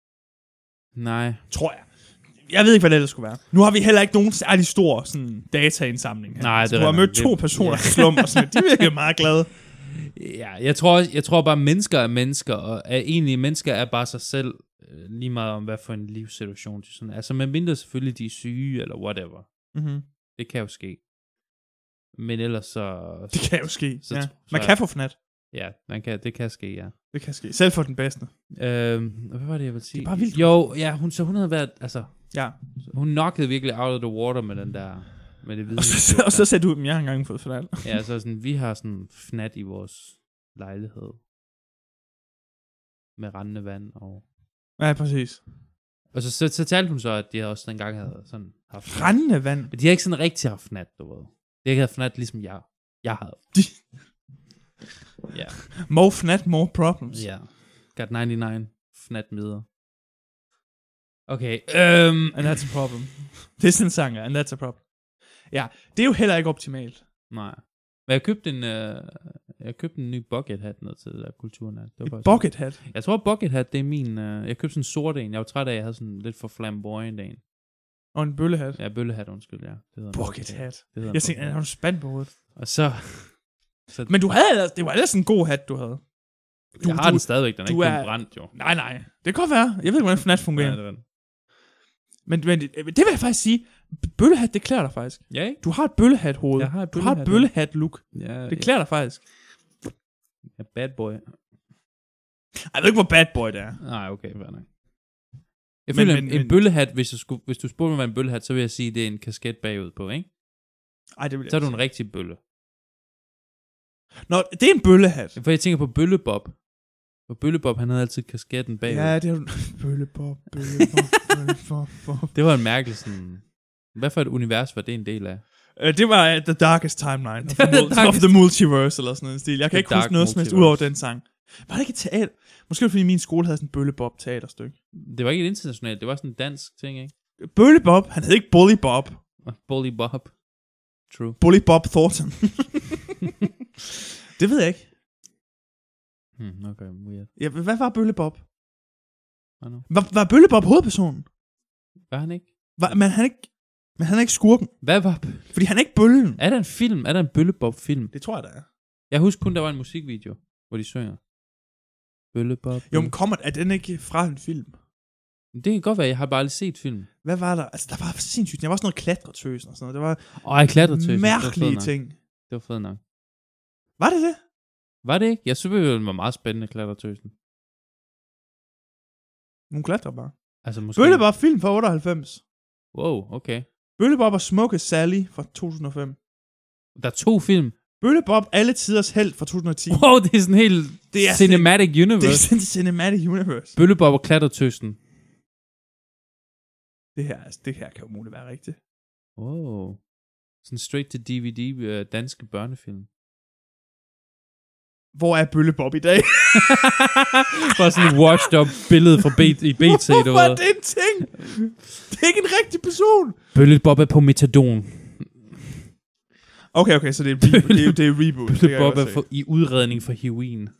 Nej. Tror jeg. Jeg ved ikke, hvad det ellers skulle være. Nu har vi heller ikke nogen særlig stor sådan, dataindsamling her. Nej, det så er du har rigtigt. mødt to Det- personer ja. i slum, og sådan, de virker meget glade. Ja, jeg tror, også- jeg tror bare, at mennesker er mennesker, og er egentlig mennesker er bare sig selv, øh, lige meget om hvad for en livssituation de sådan. Altså, med mindre selvfølgelig de er syge, eller whatever. Mm-hmm. Det kan jo ske. Men ellers så... Det kan jo ske. Så- Ja. så- Man kan få fnat. Ja, man kan, det kan ske, ja. Det kan ske. Selv for den bedste. Øhm, hvad var det, jeg ville sige? Det er bare vildt. Jo, ja, hun, så hun havde været, altså, Ja. hun knockede virkelig out of the water med den der, med det hvide. Og så, og så sagde du, at jeg har engang fået fnat. Ja, så sådan, vi har sådan fnat i vores lejlighed. Med rendende vand og... Ja, præcis. Og så, så, så talte hun så, at de havde også dengang havde sådan haft fnat. Rendende vand. Men de har ikke sådan rigtig haft fnat, du ved. De har ikke haft fnat, ligesom jeg, jeg havde. De... Ja. More fnat, more problems. Ja. Got nioghalvfems fnat midler. Okay. Øhm, And that's a problem. Det er sådan en sang, and that's a problem. Ja, det er jo heller ikke optimalt. nej. Men jeg købte en, øh, jeg købte en ny bucket hat ned til det der kulturnat. Det var bare Et sådan- bucket hat. Jeg tror, bucket hat, det er min... Øh, jeg købte sådan en sort en. Jeg var træt af, at jeg havde sådan lidt for flamboyant en. Og en bøllehat. Ja, bøllehat, undskyld, ja. Det hedder en Bucket hat. Det hedder en Jeg tænkte, bucket har du spændt på hovedet? hat. Og så... så Men du havde ellers, det var ellers en god hat, du havde. Du, jeg har du, den stadigvæk, den er du ikke er- blevet brændt, jo. Nej, nej. Det kan godt være. Jeg ved ikke, hvordan fnat fungerer. Ja, det er den. Men, men det, det vil jeg faktisk sige. Bøllehat, det klæder dig faktisk. Ja, ikke? Du har et bøllehat hoved. Jeg har et Du har et bøllehat, bøllehat look. Ja, Det klæder dig faktisk. ja, bad boy. Jeg ved ikke, hvor bad boy det er. Nej, okay, fair nok. Jeg Men- føler, men- en, en men- bøllehat, hvis, jeg skulle, hvis du spurgte mig, hvad en bøllehat, så vil jeg sige, det er en kasket bagud på, ikke? Ej, det vil jeg Så er du ikke en rigtig bølle. sige. Nå, det er en bøllehat. For jeg tænker på Bøllebob. Og Bøllebob, han havde altid kasketten bagud. Ja, det er jo... Bøllebob, bøllebob, bøllebob. Det var en mærkelig sådan... Hvad for et univers var det en del af? Uh, det var uh, The Darkest Timeline of, the, The mul- darkest- of the Multiverse, eller sådan noget stil. Jeg kan The ikke huske Dark noget som helst ud Multiverse. over den sang. Var det ikke et teater? Måske var det, fordi min skole havde sådan en Bøllebob teaterstykke. Det var ikke et internationalt, det var sådan en dansk ting, ikke? Bøllebob, han hed ikke Bully Bob. Og Bully Bob. True. Bully Bob Thornton. Det ved jeg ikke. Hmm, okay, weird. Ja, hvad var Bøllebob? I know. Var, var Bøllebob hovedpersonen? Var han ikke? Var, men han er ikke, men han er ikke skurken. Hvad var... Fordi han er ikke bøllen. Er der en film? Er der en Bøllebob-film? Det tror jeg, der er. Jeg husker kun, der var en musikvideo, hvor de synger. Bøllebob. Jo, men kommer, er den ikke fra en film? Det kan godt være, jeg har bare aldrig set film. Hvad var der? Altså, der var sindssygt. Der var også noget klatretøs og sådan noget. Det var Åh, jeg klatrede til. mærkelige ting. Det var fedt nok. Var det det? Var det ikke? Jeg synes, det var meget spændende klatretøsen. Hun klatrer bare. Altså måske... Bøllebob film fra otteoghalvfems. Wow, okay. Bøllebob og Smukke Sally fra to tusind og fem. Der er to film. Bøllebob Alle Tiders Held fra to tusind og ti. Wow, det er sådan helt Det er cinematic Det universe. er sådan en cinematic universe. Bøllebob og klatretøsen. Det her, altså, det her kan jo muligt være rigtigt. Oh. Sådan straight to D V D uh, danske børnefilm. Hvor er Bølle-Bob i dag? Bare sådan et washed up billede fra B- i B T. Hvorfor er det en ting? Det er ikke en rigtig person. Bølle-Bob er på metadon. Okay, okay, så det er, re- det er, det er reboot. Bølle-Bob er for, i udredning for heroin.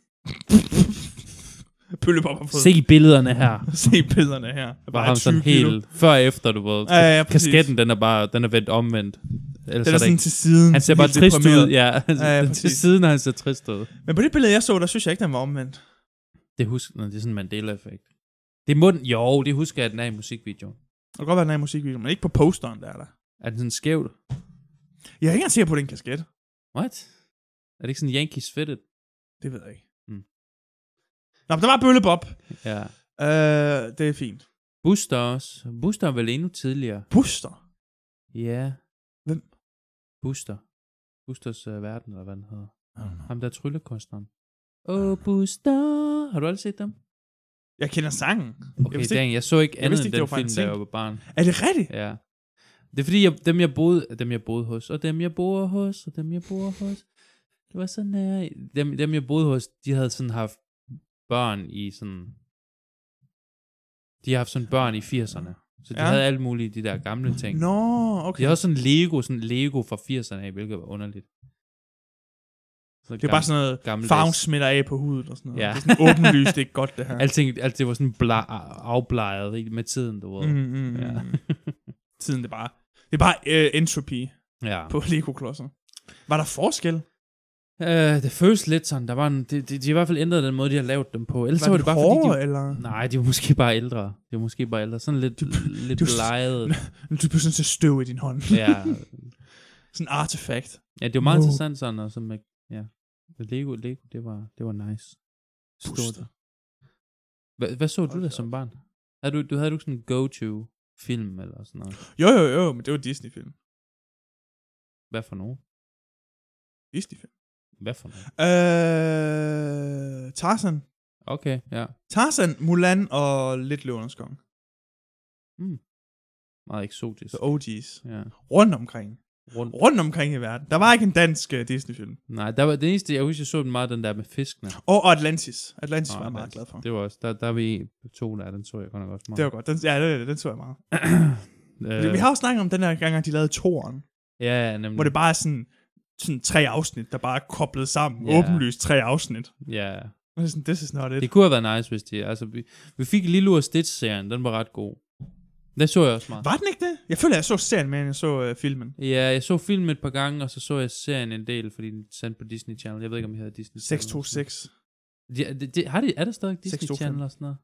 Bølle-Bob har fået... Se billederne her. Se billederne her. Bare ham sådan helt før og efter, du ved. Ja, ja, kasketten, den er bare, den er vendt omvendt. Ellers den er, er sådan ikke. Til siden. Han ser bare trist ud, ja. ja, ja til siden har han ser trist ud. Men på det billede, jeg så, der synes jeg ikke, den var omvendt. Det husker, det er sådan en Mandela-effekt. Det må den, jo, det husker jeg, at den er i musikvideoen. Det kan godt være, den er i musikvideoen, men ikke på posteren, der er der. Er den sådan skævt? Jeg er ikke engang sikker på, den kasket. What? Er det ikke sådan Yankees fitted? Det ved jeg ikke. Hmm. Nå, men der var Bølle-Bob. Ja. Øh, det er fint. Buster også. Buster er vel endnu tidligere. Buster? Ja. Hvem? Buster. Busters uh, verden, eller hvad den hedder. Oh, Ham der er tryllekunstneren. Åh, oh, Buster. Har du aldrig set dem? Jeg kender sangen. Okay, jeg, dang, jeg så ikke jeg andet end ikke, den film, da jeg var barn. Er det rigtigt? Ja. Det er fordi, jeg, dem, jeg boede, dem jeg boede hos, og dem jeg bor hos, og dem jeg bor hos, det var så nær. Dem, dem jeg boede hos, de havde sådan haft børn i sådan, de har haft sådan børn i firserne. Så de ja. havde alle mulige de der gamle ting. Nå, okay. De havde også sådan Lego, sådan Lego fra firserne af, hvilket var underligt. Så det er bare sådan noget, farven smitter af på huden og sådan noget. Ja. Det er sådan åbenlyst, det er godt det her. Alting, alt det var sådan bla, afbleget med tiden, du ved. Mm, mm, ja. Tiden, det er bare, det er bare uh, entropy ja. på Lego-klodser. Var der forskel? Uh, det føles lidt sådan, der var en, de, de, de, de i hvert fald ændret den måde, de har lavet dem på. Ellers var, var det bare hårde, fordi de, eller? Nej, de var måske bare ældre. De var måske bare ældre. Sådan lidt, du, lidt du, lejet. Du blev sådan til støv i din hånd. Ja. Sådan en artefakt. Ja, det var meget wow. interessant sådan, og så med, ja. Lego, Lego, det var, det var nice. Stort. Hvad, hvad så du der som barn? Havde du, du havde du sådan en go-to film eller sådan noget? Jo, jo, jo, men det var Disney-film. Hvad for nogen? Disney-film. Hvad for noget? Øh, Tarzan. Okay, ja. Tarzan, Mulan og Lidt Løvernes Konge. Mm. Meget eksotisk. The O G's. Ja. Rundt omkring. Rundt. Rundt omkring i verden. Der var ikke en dansk uh, Disney-film. Nej, der var det eneste, jeg husker, jeg så den meget, den der med fiskene. Og, og Atlantis. Atlantis oh, var jeg meget glad for. Det var også, der, der var vi to der, den så jeg godt nok også meget. Det var godt. Den, ja, det, den så jeg meget. øh. Vi har også snakket om den der gang, de lavede toeren. Ja, nemlig. Hvor det bare er sådan, sådan tre afsnit, der bare er koblet sammen. Yeah. Åbenlyst tre afsnit. Ja. Og sådan, this is not it. Det kunne have været nice, hvis de... Altså, vi, vi fik Lilo og Stitch-serien, den var ret god. Det så jeg også meget. Var den ikke det? Jeg føler, jeg så serien mere, end jeg så uh, filmen. Ja, jeg så filmen et par gange, og så så jeg serien en del, fordi den sendte på Disney Channel. Jeg ved ikke, om I havde Disney Channel. seks to seks. Ja, det, det, har de, er der stadig Disney Channel og sådan noget?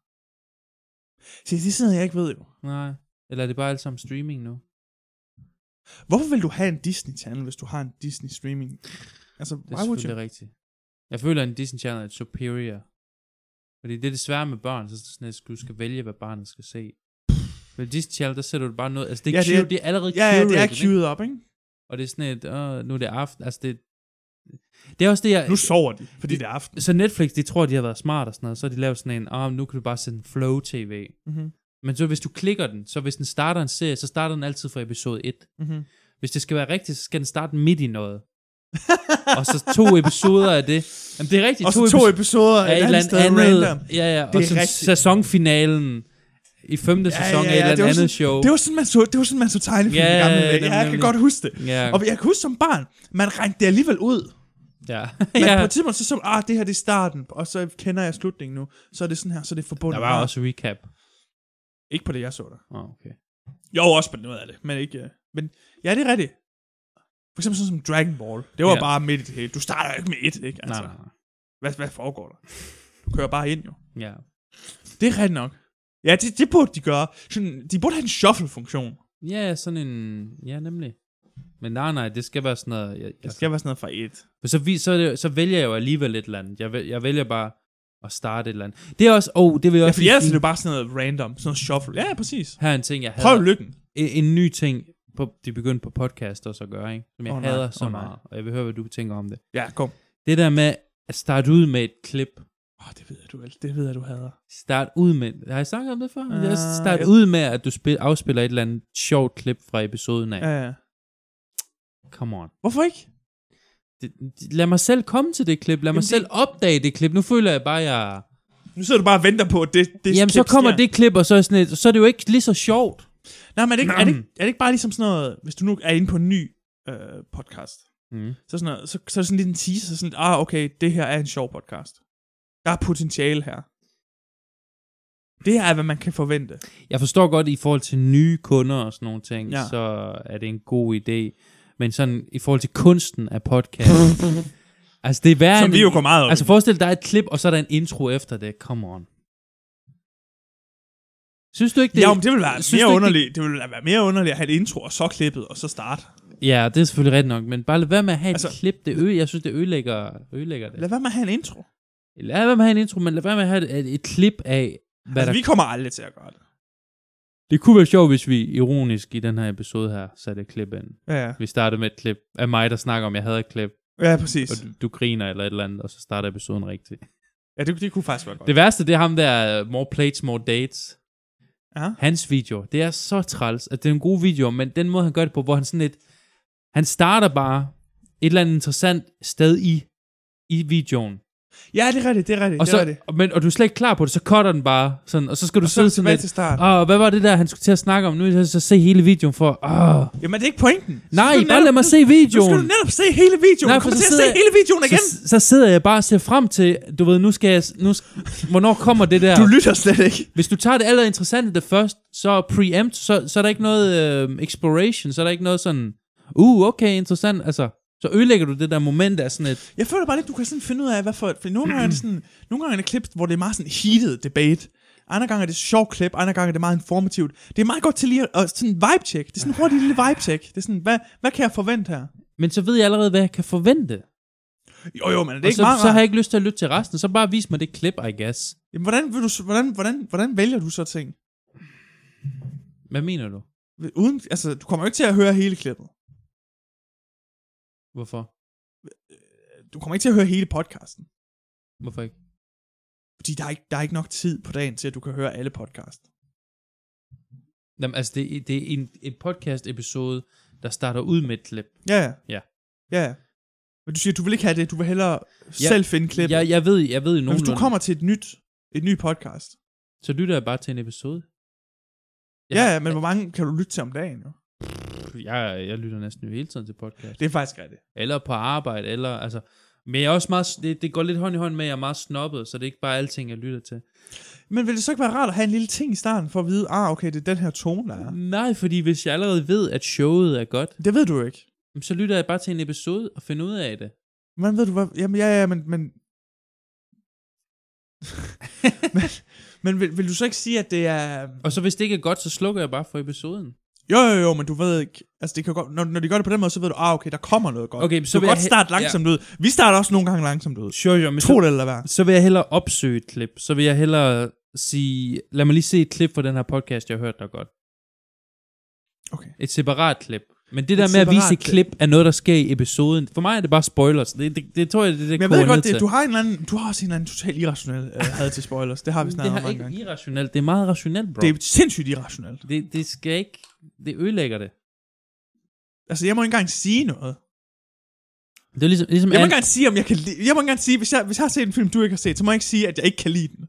Se, det er sådan, jeg ikke ved jo. Nej. Eller er det bare alt sammen streaming nu? Hvorfor vil du have en Disney Channel, hvis du har en Disney streaming? Altså, det er selvfølgelig rigtigt. Jeg føler, at en Disney Channel er superior. Fordi det er det svære med børn, så sådan, at du skal vælge, hvad barnet skal se. Men Disney Channel, der sætter du bare noget, altså det er, ja, det er, det er allerede ja, ja, det er queued op, ikke? Og det er sådan et, åh, nu er det aften, altså det, det er også det, jeg... Nu sover de, fordi det, det er aften. Så Netflix, de tror, de har været smart og sådan noget, så har de lavet sådan en, åh, nu kan du bare sende Flow T V. Mm-hmm. Men så hvis du klikker den, så hvis den starter en serie, så starter den altid fra episode et. Mm-hmm. Hvis det skal være rigtigt, så skal den starte midt i noget. Og så to episoder af det. Jamen det er rigtigt. Og så to, to episoder af et eller andet andet. Random. Ja, ja. Og så sæsonfinalen i femte ja, sæson ja, ja, af et eller andet sådan, show. Det var sådan, man så, det var sådan, man så tegnefilm ja, i gamle dage. Ja, jeg kan godt huske det. Ja. Og jeg kan huske som barn, man regnede det alligevel ud. Ja. Men ja. på et tidspunkt, så så ah, det her det er starten, og så kender jeg slutningen nu. Så er det sådan her, så er det forbundet. Der var også recap. Ikke på det, jeg så der. Oh, okay. Jo, også på noget af det, men ikke... Men ja, det er rigtigt. For eksempel sådan som Dragon Ball. Det var ja. bare midt i det hele. Du starter jo ikke med et, ikke? Altså, nej, nej, nej. Hvad, hvad foregår der? Du kører bare ind, jo. Ja. Det er rigtigt nok. Ja, det, det burde de gøre. Sådan, de burde have en shuffle-funktion. Ja, sådan en... Ja, nemlig. Men nej, nej, det skal være sådan noget... Jeg, det skal altså, være sådan noget fra et. Så, vi, så, det, så vælger jeg jo alligevel et eller andet. Jeg, jeg vælger bare at starte et eller andet. Det er også... Oh, det vil jeg også... Ja, for ellers er det bare sådan noget random. Sådan noget shuffle. Ja, præcis. Her er en ting, jeg hader. Prøv lykken. En, en ny ting... På, de begyndte på podcast også at gøre, ikke? Som jeg oh, hader så oh, meget. Og jeg vil høre, hvad du tænker om det. Ja, kom. Det der med at starte ud med et klip. Åh, oh, det ved jeg, du, det ved jeg, du hader. Start ud med... Har jeg snakket om det før? Uh, Start ja. ud med, at du spil, afspiller et eller andet sjovt klip fra episoden af. Ja, ja. Come on. Hvorfor ikke? Det, det, lad mig selv komme til det klip. Lad mig Jamen, selv det... opdage det klip. Nu føler jeg bare, jeg... Nu sidder du bare og venter på, at det, det Jamen, så kommer sker. det klip, og så er, sådan et, så er det jo ikke lige så sjovt. Nej, men er det, ikke, er, det ikke, er det ikke bare ligesom sådan noget, hvis du nu er inde på en ny øh, podcast, Mm. så, sådan noget, så, så er det sådan lidt en teaser, så sådan, ah, okay, det her er en sjov podcast. Der er potentiale her. Det her er, hvad man kan forvente. Jeg forstår godt, i forhold til nye kunder og sådan nogle ting, Ja. så er det en god idé. Men sådan, i forhold til kunsten af podcast... altså, det er værre Som end- vi jo går meget op Altså, i. forestil dig, der er et klip, og så er der en intro efter det. Come on. Synes du ikke, det Ja, men det vil være synes mere du ikke, underligt. Det vil være mere underligt at have et intro, og så klippet, og så starte. Ja, det er selvfølgelig rigtigt nok, men bare lad være med at have et Altså- klip. Det ø- jeg synes, det ødelægger, ødelægger det. Lad være med at have en intro. Lad være med at have en intro, men lad være med at have et, et, et klip af, hvad Altså, der... vi kommer aldrig til at gøre det. Det kunne være sjovt, hvis vi ironisk i den her episode her satte et klip ind. Ja, ja. Vi startede med et klip af mig, der snakker om, jeg havde et klip, Ja, præcis. og du, du griner eller et eller andet, og så starter episoden rigtigt. Ja, det, det kunne faktisk være godt. Det værste, det er ham der, uh, More Plates, More Dates. Ja. Hans video, det er så træls, at det er en god video, men den måde, han gør det på, hvor han sådan lidt... Han starter bare et eller andet interessant sted i, i videoen. Ja, det er rigtigt, det er rigtigt. Og, det så, er rigtigt. og, men, og du er slet ikke klar på det, så cutter den bare, sådan, og så skal du Og så sidde er sådan tilbage lidt... til start. Åh, hvad var det der, han skulle til at snakke om? Nu er jeg så se hele videoen for... Åh. Jamen, det er ikke pointen. Så Nej, skal du bare netop- lad mig se Nu skal videoen. du netop se hele videoen. Nej, Du for kommer så til at se sidder jeg- hele videoen igen. Så, så sidder jeg bare og ser frem til, du ved, nu skal jeg... Nu, sk- hvornår kommer det der? Du lytter slet ikke. Hvis du tager det aller interessante det først, så preempt, så, så er der ikke noget øh, exploration, så er der ikke noget sådan... Uh, okay, interessant, altså... Så ødelægger du det der moment af sådan et... Jeg føler bare lidt, du kan sådan finde ud af, hvad for... For nogle gange er det sådan... Nogle gange er det klip, hvor det er meget sådan heated debate. Andre gange er det sjovt klip, andre gange er det meget informativt. Det er meget godt til lige at... Og sådan en vibe-check. Det er sådan en hurtig lille vibe-check. Det er sådan, hvad, hvad kan jeg forvente her? Men så ved jeg allerede, hvad jeg kan forvente. Jo, jo, men er det Og ikke så, meget så har jeg rart? ikke lyst til at lytte til resten, så bare vis mig det klip, I guess. Jamen, hvordan, vil du, s- hvordan, hvordan, hvordan vælger du så ting? Hvad mener du? Uden, altså, du kommer jo ikke til at høre hele klippet. Hvorfor? Du kommer ikke til at høre hele podcasten. Hvorfor ikke? Fordi der er ikke, der er ikke nok tid på dagen til, at du kan høre alle podcast. Jamen, altså, det, er- det er en, en podcast-episode, der starter ud med et klip. Ja, ja. Ja. Ja, ja. Men du siger, du vil ikke have det. Du vil hellere selv finde klippet. Jeg, jeg ved, jeg ved jo Men hvis nogenlunde. du kommer til et nyt, et ny podcast. Så lytter jeg bare til en episode. Ja, ja, men hvor mange kan du lytte til om dagen? Jo? Jeg, jeg lytter næsten jo hele tiden til podcast. Det er faktisk rigtigt. Eller på arbejde, eller altså... Men jeg er også meget, det, det går lidt hånd i hånd med, at jeg er meget snobbet, så det er ikke bare alting, jeg lytter til. Men vil det så ikke være rart at have en lille ting i starten, for at vide, ah, okay, det er den her tone, der er? Nej, fordi hvis jeg allerede ved, at showet er godt, Det ved du jo ikke. så lytter jeg bare til en episode og finder ud af det. Men ved du hvad? Jamen, ja, ja, men... Men, men, men vil, vil du så ikke sige, at det er... Og så hvis det ikke er godt, så slukker jeg bare for episoden. Jo, jo, jo, men du ved ikke... Altså, det kan godt, når, når de gør det på den måde, så ved du, ah, okay, der kommer noget godt. Okay, så så du vil kan godt jeg he- starte langsomt ud. Vi starter også nogle gange langsomt ud. Sure, sure, men Tro så, det eller hvad? så vil jeg hellere opsøge et klip. Så vil jeg hellere sige, lad mig lige se et klip fra den her podcast, jeg har hørt, der er godt. Okay. Et separat klip. Men det Et der med at vise separat et klip er noget, der sker i episoden. For mig er det bare spoilers. Det, det, det tror jeg, det, det Men jeg koger ved ned godt, det, til. du har en eller anden, du har også en eller anden totalt irrationel uh, had til spoilers. Det har vi det snakket om er mange ikke gange. irrationelt. Det er meget rationelt, bro. Det Det, er sindssygt irrationelt. det, det skal ikke... Det ødelægger det. Altså, jeg må ikke engang sige noget. Det er ligesom... ligesom Jeg må an- ikke engang sige, om jeg kan lide. Jeg må ikke engang sige, hvis jeg, hvis jeg har set en film, du ikke har set, så må jeg ikke sige, at jeg ikke kan lide den.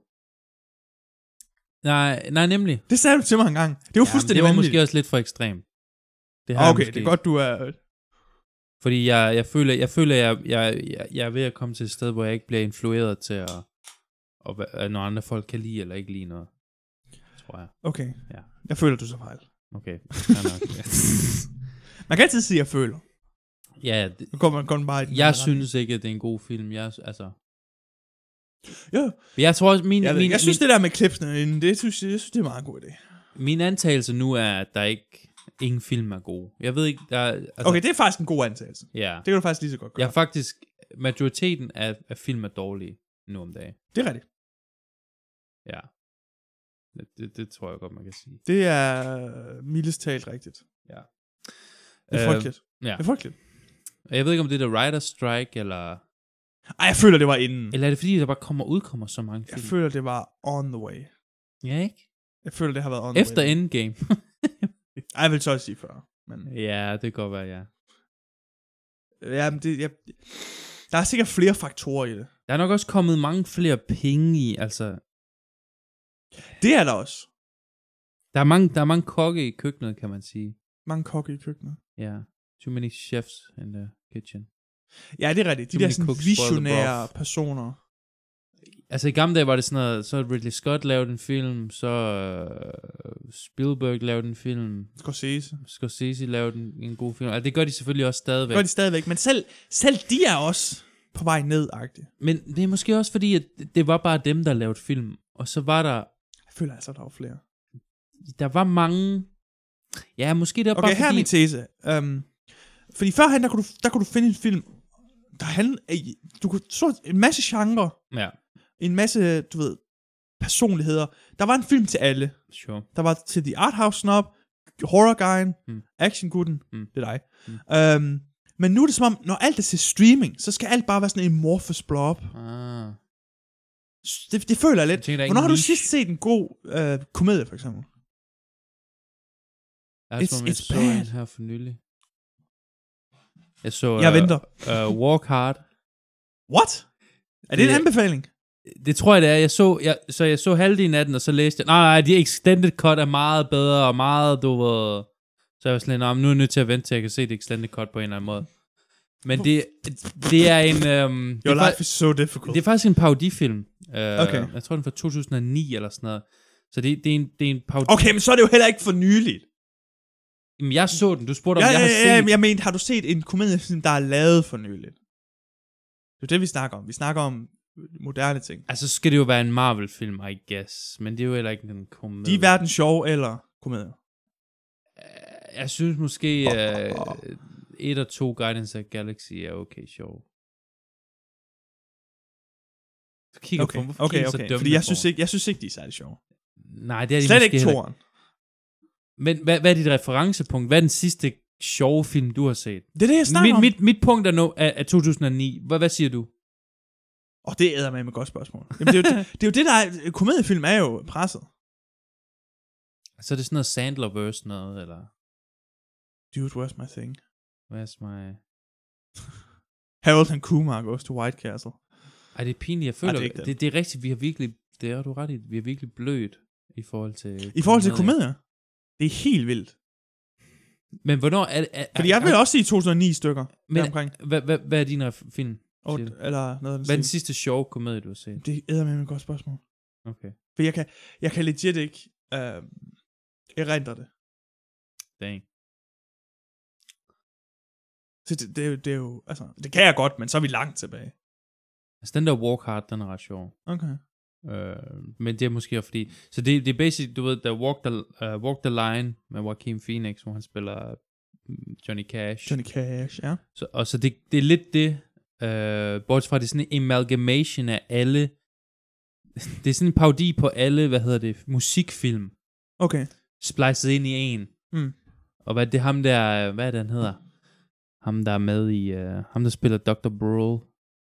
Nej, nej, nemlig. Det sagde du til mig en gang. Det er jo Ja, fuldstændig det var vanvittigt. måske også lidt for ekstremt. Det har Ah, jeg okay, måske. det er godt, du er... Fordi jeg, jeg føler, jeg, føler jeg, jeg, jeg, jeg er ved at komme til et sted, hvor jeg ikke bliver influeret til at, at, at når andre folk kan lide eller ikke lide noget. Tror jeg. Okay. Ja. Jeg føler, du så fejl. Okay. fair nok. Man kan altid sige, at jeg føler. ja, det, Nu går man, går man bare i den jeg anden synes ikke, at det er en god film. Jeg, altså, retning. Jo, jeg tror også, min, jeg, ved, min, ikke. jeg synes, min, det der med klipsene inden, det synes jeg, jeg synes, det er en meget god idé. min antagelse nu er, at der ikke ingen film er gode. Jeg ved ikke, der er, altså, Okay, det er faktisk en god antagelse. ja. Det kan du faktisk lige så godt gøre. Jeg er faktisk, majoriteten af, af film er dårlige nu om dagen. Det er rigtigt. Ja. Det, det, det tror jeg godt, man kan sige. Det er mildest talt rigtigt. Ja. Det er frygteligt. ja. Det er frygteligt. Jeg ved ikke, om det er der writer strike, eller... Ej, jeg føler, det var inden. Eller er det fordi, der bare kommer udkommer så mange Jeg film? føler, det var on the way. Ja, ikke? Jeg føler, det har været on Efter the way. Endgame. Ej, jeg vil så også sige før. Men ja, det kan godt være, ja. Ja, men det, jeg, der er sikkert flere faktorer i det. Der er nok også kommet mange flere penge i, altså. Det er der også. Der er mange, der er mange kokke i køkkenet, kan man sige. Mange kokke i køkkenet. Ja, yeah. Too many chefs in the kitchen. Ja, det er rigtigt. De Too der many sådan cooks spoil the visionære broth. personer. Altså i gamle dage var det sådan noget, så Ridley Scott lavede en film, så uh, Spielberg lavede en film, Scorsese. Scorsese lavede en, en god film. Altså det gør de selvfølgelig også stadigvæk. Gør de stadigvæk. Men selv, selv de er også på vej ned-agtigt. Men det er måske også fordi, at det var bare dem, der lavede film. Og så var der, Jeg føler altså, der var flere. der var mange, ja måske det var Okay, bare her er fordi, min tese. Um, fordi førhen, der kunne, du, der kunne du finde en film, der handlede, du kunne så en masse genre, ja, en masse, du ved, personligheder. Der var en film til alle. sure. Der var til The Art House Snob, Horror Guyen, Mm. Action Gutten, Mm. det er dig. Mm. Um, men nu er det som om, når alt er til streaming, så skal alt bare være sådan en amorphous blob. Ah. Det, det føler jeg lidt. Jeg tænker, der er Hvornår har ingen du niche. sidst set en god øh, komedie, for eksempel? Jeg, It's- tror, jeg it's så bad. en her for nylig. Jeg så Jeg uh, venter. uh, Walk Hard. What? Er det en Det- anbefaling? Det tror jeg, det er. Jeg så, jeg, så jeg så halvdelen af den, og så læste jeg, nej, nej, de extended cut er meget bedre, og meget, du ved... Så jeg var sådan lidt, "Nå, men nu er jeg nødt til at vente til, at jeg kan se det extended cut på en eller anden måde. Men det, det er en... Øhm, det, Your er fa- life is so difficult. det er faktisk en parodifilm. Uh, Okay. Jeg tror, den er fra to tusind og ni eller sådan noget. Så det, det, er, en, det er en parodi. Okay, men så er det jo heller ikke for nyligt. Jamen, jeg så den. Du spurgte, om Ja, jeg ja, har ja, set... ja, jeg mente, har du set en komediefilm, der er lavet for nyligt? Det er det, vi snakker om. Vi snakker om moderne ting. Altså, så skal det jo være en Marvel-film, I guess. Men det er jo heller ikke en komedie. De er hverken sjove eller komedier. Jeg synes måske, uh, et og to Guardians of the Galaxy er okay sjov. Du kigger Okay, på mig. okay, okay. Fordi jeg synes, ikke, jeg synes ikke, de er særlig sjove. Nej, det er de Slet måske ikke heller toren. Men hvad, hvad er dit referencepunkt? Hvad er den sidste sjove film, du har set? Det er det, jeg snakker Mit, om. mit, mit punkt er, nu, er, er to tusind og ni. Hvad, hvad siger du? Og det æder med med et godt spørgsmål. Jamen, det, er jo, det, det er jo det, der er... Komediefilm er jo presset. Så er det sådan noget Sandler-verse noget, eller Dude, where's my thing? where's my... Harold and Kumar goes to White Castle. Ej, det er pinligt. Jeg føler, det er det, ikke den. det, det er rigtigt, vi har virkelig... Det er du ret i. Vi har virkelig blødt i forhold til... I forhold til komedier. Det er helt vildt. Men hvornår er det... Er, Fordi jeg vil også sige to tusind og ni stykker. Men omkring. hvad, hvad, hvad er din ref- film? Og, siger du? eller noget af den Hvad er den stil. sidste sjove komedie, du har set? Det æder med med et godt spørgsmål. Okay. For jeg kan, jeg kan legit ikke øh, erindre det. Dang. Så det, det, er jo, det er jo, altså, det kan jeg godt, men så er vi langt tilbage. Altså, den der Walk Hard, den er ret sjov. Okay. Uh, men det er måske også fordi... Så det, det er basic, du ved, der Walk the, uh, Walk the Line med Joaquin Phoenix, hvor han spiller uh, Johnny Cash. Johnny Cash, ja. Så, og så det, det er lidt det, uh, bortset fra det er sådan en amalgamation af alle... Det er sådan en parodi på alle, hvad hedder det, musikfilm, Okay. splicet ind i en. Mm. Og hvad det er ham der, hvad er det han hedder? Ham der er med i, uh, ham der spiller doktor Brawl.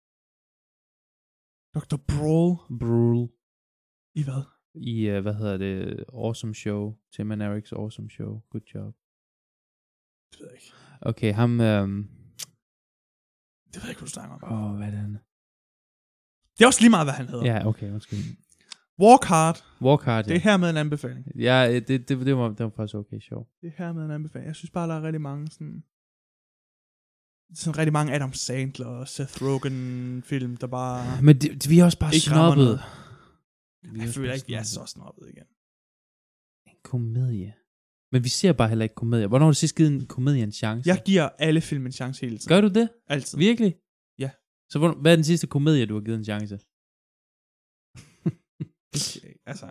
doktor Brawl. Brawl. I hvad? I, uh, hvad hedder det, Awesome Show. Tim and Eric's Awesome Show. Good job. Det ved jeg ikke. Okay, ham, øhm, Det ved jeg ikke, hvad du snakker om. åh, hvad er det han? Det er også lige meget, hvad han hedder. Ja, okay, undskyld. Walk Hard. Walk Hard, Det ja. er hermed en anbefaling. Ja, det, det, det, var, det var faktisk okay sjov. Det er hermed en anbefaling. Jeg synes bare, der er rigtig mange sådan... Sådan rigtig mange Adam Sandler og Seth Rogen film, der bare... Men det, det, vi er også bare Ikke rammer snobbet. noget. Vi er Jeg også føler bare ikke, vi er snobbet. så snobbet igen. En komedie. Men vi ser bare heller ikke komedier. Hvornår har du sidst givet en komedie en chance? Jeg giver alle film en chance hele tiden. Gør du det? Altid. Virkelig? Ja. Så hvor, hvad er den sidste komedie, du har givet en chance? Altså...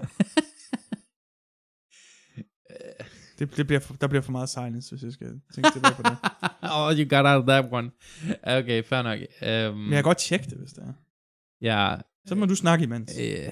det, det bliver for, der bliver for meget silence, hvis jeg skal tænke tilbage på det. Oh, you got out of that one. Okay, fair nok. Um, Men jeg kan godt tjekke det, hvis det er. ja, Så må du snakke imens. øh,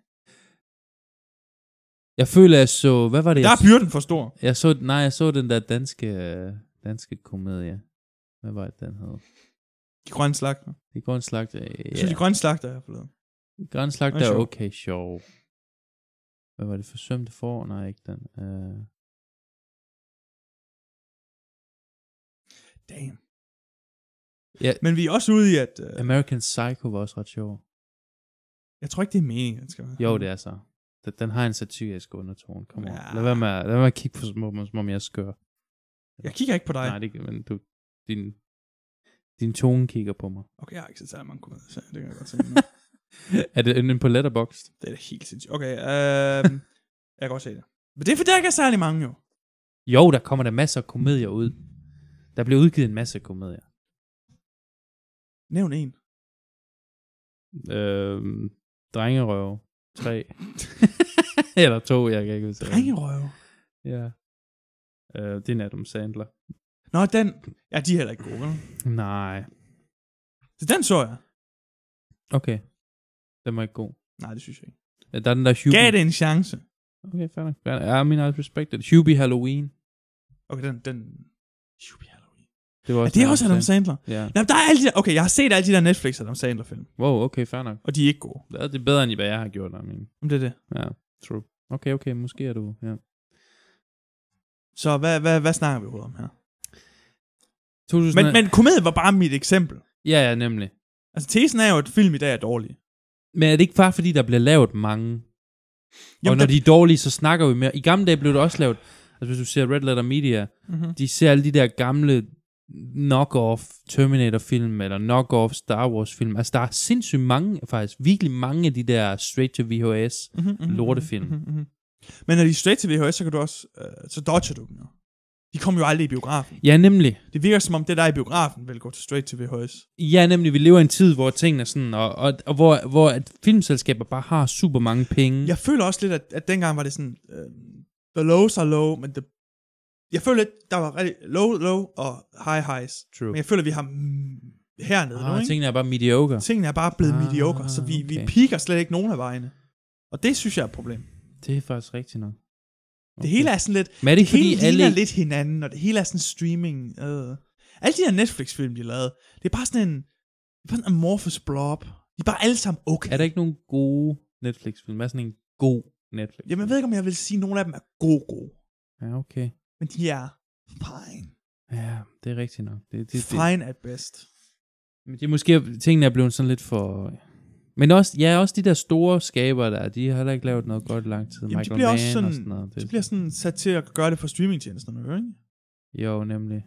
jeg føler, jeg så... Hvad var det, Der jeg er byrden for stor. Jeg så, nej, jeg så den der danske, danske komedie. Hvad var det, den hed? De grønne slagter. Det går en slagt. Jeg Ja. synes, de grønne slagter er forleden. Grøn slagt Den er er sjov. okay sjov. Hvad var det? Forsømte for? Nej, ikke den. Uh, Damn. Ja. Men vi er også ude i, at... Uh, American Psycho var også ret sjov. jeg tror ikke, det er meningen, den skal være. Jo, det er så. Den, den har en satirisk undertone. Kom on. Ja. Lad være med, lad være med at kigge på som om, som om jeg er skør. Jeg kigger ikke på dig. Nej, det, men du, din, din tone kigger på mig. Okay, jeg har ikke så særlig mange komedier, så det kan jeg godt se. Er det inde på Letterboxd? Det er da helt sindssygt. Okay, øh, jeg kan godt se det. Men det er fordi, der ikke er særlig mange jo. Jo, der kommer der masser af komedier ud. Der bliver udgivet en masse komedier. Nævn en. Øhm, Drengerøve. Tre. Eller to, jeg kan ikke huske. Drengerøve. Ja. Øh, det er Adam Sandler. Nå, den... Ja, de er heller ikke gode, vel? Nej. Så den så jeg. Okay. Den var ikke god. Nej, det synes jeg ikke. Ja, der er den der Hubie. Gav det en chance. Okay, fair nok. Ja, I mean, I respect it. Hubie Halloween. Okay, den... den... Hubie Halloween. Det var Ja, også det er også Adam Sandler. Ja. Nej, der er alle de der... Okay, jeg har set alle de der Netflix Adam Sandler-film. Wow, okay, fair nok. Og de er ikke gode. Det er det er bedre, end hvad jeg har gjort, I mean. Om det er det. Ja, true. Okay, okay, måske er du, ja. Så hvad, hvad, hvad snakker vi overhovedet om her? to tusind Men, men komedie var bare mit eksempel. Ja, ja, nemlig. Altså, tesen er jo, at film i dag er dårlige. Men er det ikke bare fordi, der bliver lavet mange? Jamen, og når der... de er dårlige, så snakker vi mere. I gamle dage blev det også lavet, altså hvis du ser Red Letter Media, Mm-hmm. de ser alle de der gamle knock-off Terminator-film, eller knock-off Star Wars-film. Altså, der er sindssygt mange, faktisk, virkelig mange af de der straight-to-V H S Mm-hmm. lortefilm. Mm-hmm. Men når de er straight til V H S, så kan du også, øh, så dodger du dem jo. De kommer jo aldrig i biografen. Ja, nemlig. Det virker som om det der er i biografen vil gå til straight til V H S. Ja, nemlig. Vi lever i en tid, hvor tingene er sådan, og, og, og hvor, hvor at filmselskaber bare har super mange penge. Jeg føler også lidt, at, at dengang var det sådan, øh, the lows are low, men the, jeg føler lidt, der var rigtig low, low og high highs. True. Men jeg føler, vi har mm, hernede Ah, nu, ikke? tingene er bare mediocre. Tingene er bare blevet Ah, mediocre, så vi, okay. vi piker slet ikke nogen af vejene. Og det synes jeg er et problem. Det er faktisk rigtigt nok. Okay. Det hele er sådan lidt, Men er det ikke det hele fordi alle... ligner lidt hinanden, og det hele er sådan streaming. Øh. Alle de her Netflix-film, de lavede, det er bare sådan en, det er bare sådan en amorphous blob. De er bare alle sammen okay. Er der ikke nogen gode Netflix-film? Hvad er sådan en god Netflix? Jamen, jeg ved ikke, om jeg vil sige, at nogle af dem er gode, gode. Ja, okay. Men de er fine. Ja, det er rigtigt nok. Det, det, det, Fine at best. Men det er måske, tingene er blevet sådan lidt for... Men også, ja, også de der store skaber der, de har heller ikke lavet noget godt i lang tid. Jamen, Michael de bliver Mann også sådan, og sådan noget. Det, de bliver sådan sat til at gøre det for streamingtjenesterne, ikke? Jo, nemlig.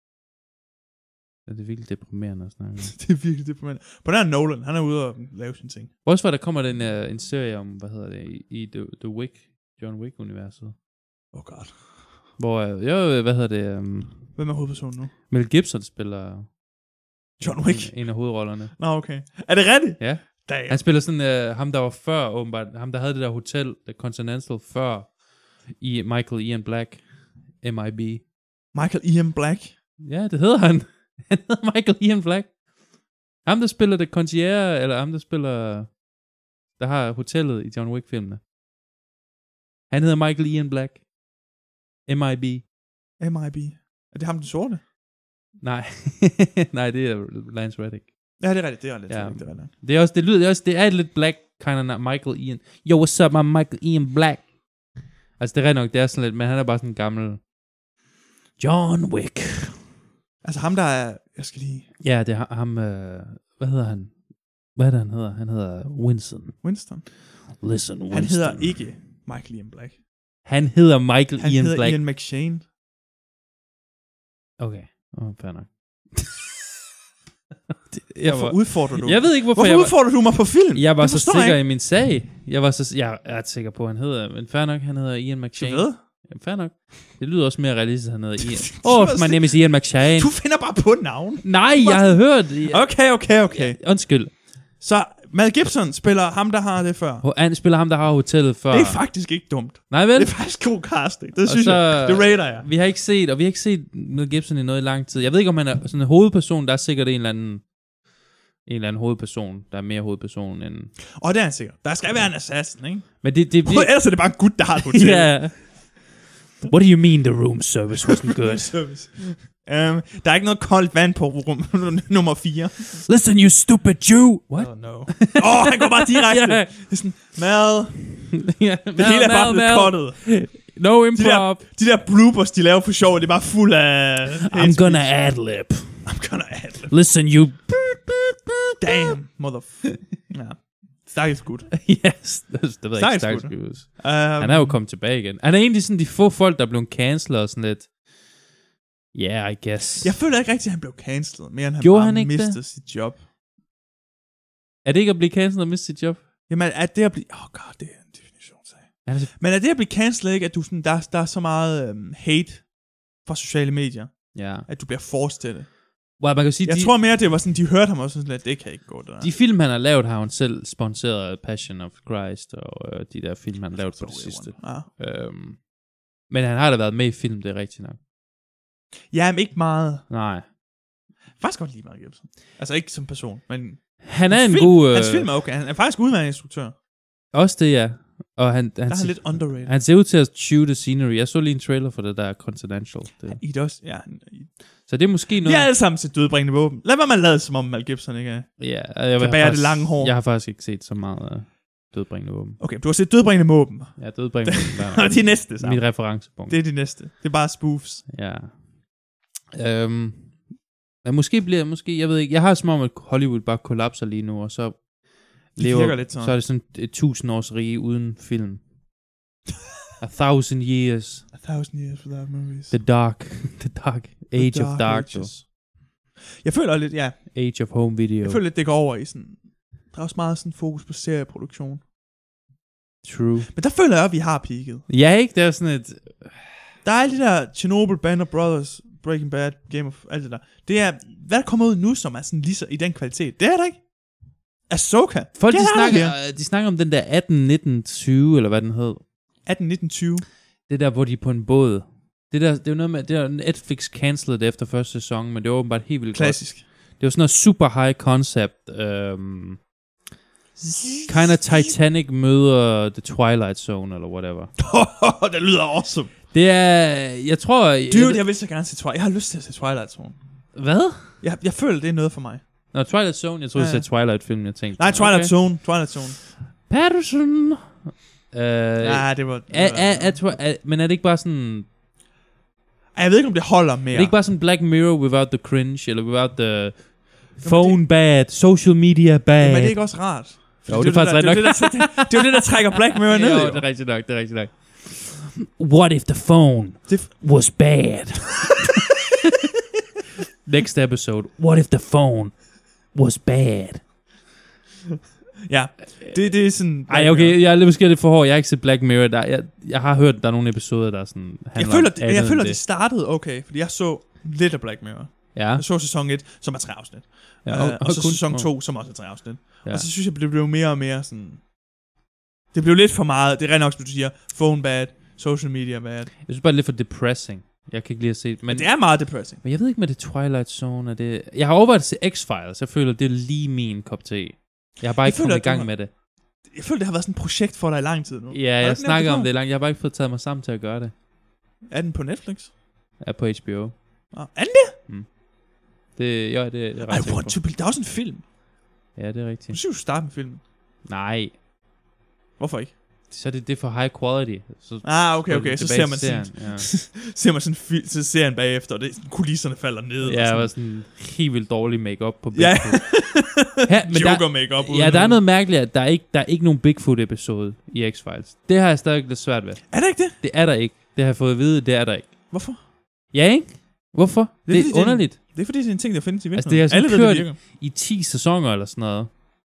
Ja, det er virkelig deprimerende at snakke om. Det er virkelig deprimerende. På den her Nolan, han er ude og lave sine ting. Også hvor der kommer den, uh, en serie om, hvad hedder det, i, i The, The Wick, John Wick-universet. Oh god. Hvor, uh, jo, hvad hedder det, um, Hvem er hovedpersonen nu? Mel Gibson spiller John Wick? en, en af hovedrollerne. Nå, okay. Er det rigtigt? Ja. Damn. Han spiller sådan, uh, ham der var før, åbenbart, ham der havde det der hotel, The Continental, før, i Michael Ian Black, M I B. Michael Ian Black? Ja, det hedder han. Han hedder Michael Ian Black. Ham der spiller The Concierge, eller ham der spiller, der har hotellet i John Wick-filmene. Han hedder Michael Ian Black. M I B. M I B. Er det ham, den sorte? Nej, nej, det er Lance Reddick. Ja, det er rigtigt. Det er lidt. Ja. Det er rigtigt. Det er også, det lyder, det er også, det er lidt black, kind of Michael Ian. Yo, what's up, I'm Michael Ian Black. Altså, det er rigtig nok, det er sådan lidt, men han er bare sådan en gammel John Wick. Altså ham, der er... Jeg skal lige... Ja, det er ham, øh, hvad hedder han? Hvad er det, han hedder? Han hedder Winston. Winston. Listen, Winston. Han hedder ikke Michael Ian Black. Han hedder Michael Han Ian hedder Black. Ian McShane. Okay, oh, fair nok. det, jeg Hvorfor var, udfordrer du? Jeg ved ikke, hvorfor, hvorfor jeg var, udfordrer du mig på film? Jeg var så sikker jeg i min sag. Jeg var så, jeg er ret sikker på, at han hedder, men fair nok, han hedder Ian McShane. Du ved? Ja, fair nok. Det lyder også mere realistisk, at han hedder Ian. Åh, oh, my name is Ian McShane. Du finder bare på navn. Nej, jeg havde hørt. Jeg... Okay, okay, okay. Ja, undskyld. Så Mel Gibson spiller ham, der har det før. Han spiller ham, der har hotellet før. Det er faktisk ikke dumt. Nej, vel? Det er faktisk god casting. Det og synes så, jeg. Det rater jeg. Vi har ikke set, og vi har ikke set Mel Gibson i noget i lang tid. Jeg ved ikke, om han er sådan en hovedperson. Der er sikkert en eller anden, en eller anden hovedperson, der er mere hovedperson end... Og det er han sikkert. Der skal være en assassin, ikke? Men det... det, det... Ellers er det bare en gut, der har et hotel. Ja. What do you mean the room service wasn't good? service. Um, der er ikke noget koldt vand på rum nummer fire. Listen, you stupid Jew. What? Oh no. Åh, oh, han går bare direkte. yeah. Det er sådan, Mad. yeah, det Mal, hele er bare blevet cuttet. No improv. De der, de der bloopers, de laver for sjov, det er bare fuld af... I'm gonna ad-lib. I'm gonna ad-lib. Listen, you... Damn, motherfucker. Ja. Stakkels gut. yes, det, det ved jeg ikke, Stakkels stakkels gut. gut. Um, Han er jo kommet tilbage igen. Han er egentlig sådan de få folk, der er blevet cancelled og sådan lidt... Yeah, I guess. Jeg føler ikke rigtigt, at han blev cancelled, mere end han Gjorde bare han ikke mistede det? sit job. Er det ikke at blive cancelled og miste sit job? Jamen, er det at blive... Åh, oh god, det er en definitionssag. Altså, Men er det at blive cancelled ikke, at du sådan, der, der er så meget um, hate fra sociale medier, ja. at du bliver forced til det? Well, man kan sige, Jeg de, tror mere, det var sådan, de hørte ham også sådan lidt, det kan ikke gå, det der. de film, han har lavet, har hun selv sponsoreret af Passion of Christ, og øh, de der film, han har lavet på det sidste. Ja. Øhm, men han har da været med i film, det er rigtigt nok. Ja, men ikke meget. Nej. Faktisk godt lige Mel Gibson. Altså ikke som person, men... Han er en film, god... Øh, hans film er okay. Han er faktisk udmærket instruktør. Også det, ja. Og han, han, Der er han ser, lidt underrated. han ser ud til at chew the scenery. Jeg så lige en trailer for det der Continental. Det. I det også, ja. I, Så det er måske noget... vi er alle sammen til dødbringende våben. Lad være med at lade som om Mel Gibson ikke er. Ja, jeg Kan bære det lange hår. Jeg har faktisk ikke set så meget uh, dødbringende våben. Okay, du har set dødbringende våben. Ja, dødbringende våben. Og de næste sammen. Mit referencepunkt. Det er de næste. Det er bare spoofs. Ja. Øhm, men måske bliver, måske, jeg ved ikke, jeg har som om, at Hollywood bare kollapser lige nu, og så lever, lidt sådan. så er det sådan et tusind års rige uden film. A thousand years. A thousand years without movies. The dark, the dark age The of dark. ages. Jeg føler lidt, ja. Age of home video. Jeg føler lidt, det går over i sådan... Der er også meget sådan fokus på serieproduktion. True. Men der føler jeg, at vi har peaked. Ja, ikke? Det er sådan et... Der er alle de der Chernobyl, Band of Brothers, Breaking Bad, Game of... Alt det der. Det er... Hvad er der kommet ud nu, som er sådan lige så i den kvalitet? Det er der ikke. Ahsoka. Folk, de Get out of snakker, here. de snakker om den der atten nitten tyve, eller hvad den hed. atten nitten tyve. Det der, hvor de er på en båd. Det der, det er jo noget med, det der Netflix cancellede det efter første sæson, men det var åbenbart helt vildt Klassisk. godt. Det var sådan noget super high concept. Um, kind of Titanic møder The Twilight Zone, eller whatever. Det lyder awesome. Det er, jeg tror... Dude, jeg, jeg vil så gerne se Twilight. Jeg har lyst til at se Twilight Zone. Hvad? Jeg, jeg føler, det er noget for mig. Nå, Twilight Zone, jeg troede, Ja, du ja. sagde Twilight-film, jeg tænkte. Nej, Twilight okay. Zone. Twilight Zone. Patterson. Uh, Ja, det var... Det er, var er, er, twi- er, men er det ikke bare sådan... Ej, jeg ved ikke, om det holder mere. Er det ikke bare sådan Black Mirror without the cringe, eller without the phone det, bad, social media bad? Men er det ikke også rart? Jo, det er faktisk det, rigtig det, det, det, det, det er jo det, der trækker Black Mirror ned, jo, jo. det er rigtigt nok, det er rigtigt nok. What if the phone Det, was bad? Next episode. What if the phone was bad? ja, det, det er sådan... Ej, okay, jeg er lidt måske lidt for hård. Jeg har ikke set Black Mirror. Der, jeg, jeg har hørt, der er nogle episoder, der sådan Jeg handler føler, om det, andet jeg end føler det. det startede okay, fordi jeg så lidt af Black Mirror. Ja, Jeg så sæson et, som er tre afsnit. ja Ja, og, uh, og så kun- sæson to, som også er tre afsnit. Ja. Og så synes jeg, det blev mere og mere sådan... Det blev lidt for meget. Det er rent nok, som du siger. Phone bad, social media bad. Jeg synes bare, det er lidt for depressing. Jeg kan ikke lide at se det. Men, Men det er meget depressing. men jeg ved ikke med det Twilight Zone. Er det... Jeg har overvejet at se X-Files. Jeg føler, det er lige min kop te. Jeg har bare Jeg ikke føler, kommet i at du gang har- med det. Jeg føler, det har været sådan et projekt for dig i lang tid nu. Ja, Har du jeg ikke snakker nævnt om før? det langt. Jeg har bare ikke fået taget mig sammen til at gøre det. Er den på Netflix? Jeg er på H B O. Ah, er den det? Det, ja, det, det er ret I sikker want på. to be... Der er også en film. Ja, det er Nu rigtigt. synes du starte med filmen. Nej, Hvorfor ikke? så er det, det er for high quality. Så Ah, okay, går okay. det Så tilbage ser man til sådan, serien, ja. ser man sådan fil, så serien bagefter, og det, kulisserne falder ned. Ja, og var sådan. sådan helt vildt dårlig make-up på Ja. Bigfoot. Ja, men Joker der, make-up. ja, der er noget mærkeligt, at der er ikke, der er ikke nogen Bigfoot-episode i X-Files. Det har jeg stadig lidt svært ved. Er det ikke det? Det er der ikke. Det har jeg fået at vide, det er der ikke. Hvorfor? Ja, ikke? Hvorfor? Det er, fordi, det det er er en- underligt. Det er fordi, det er en ting, der findes i Altså, virkeligheden. det er sådan Alle ved, det kørt- virker. I ti sæsoner eller sådan noget.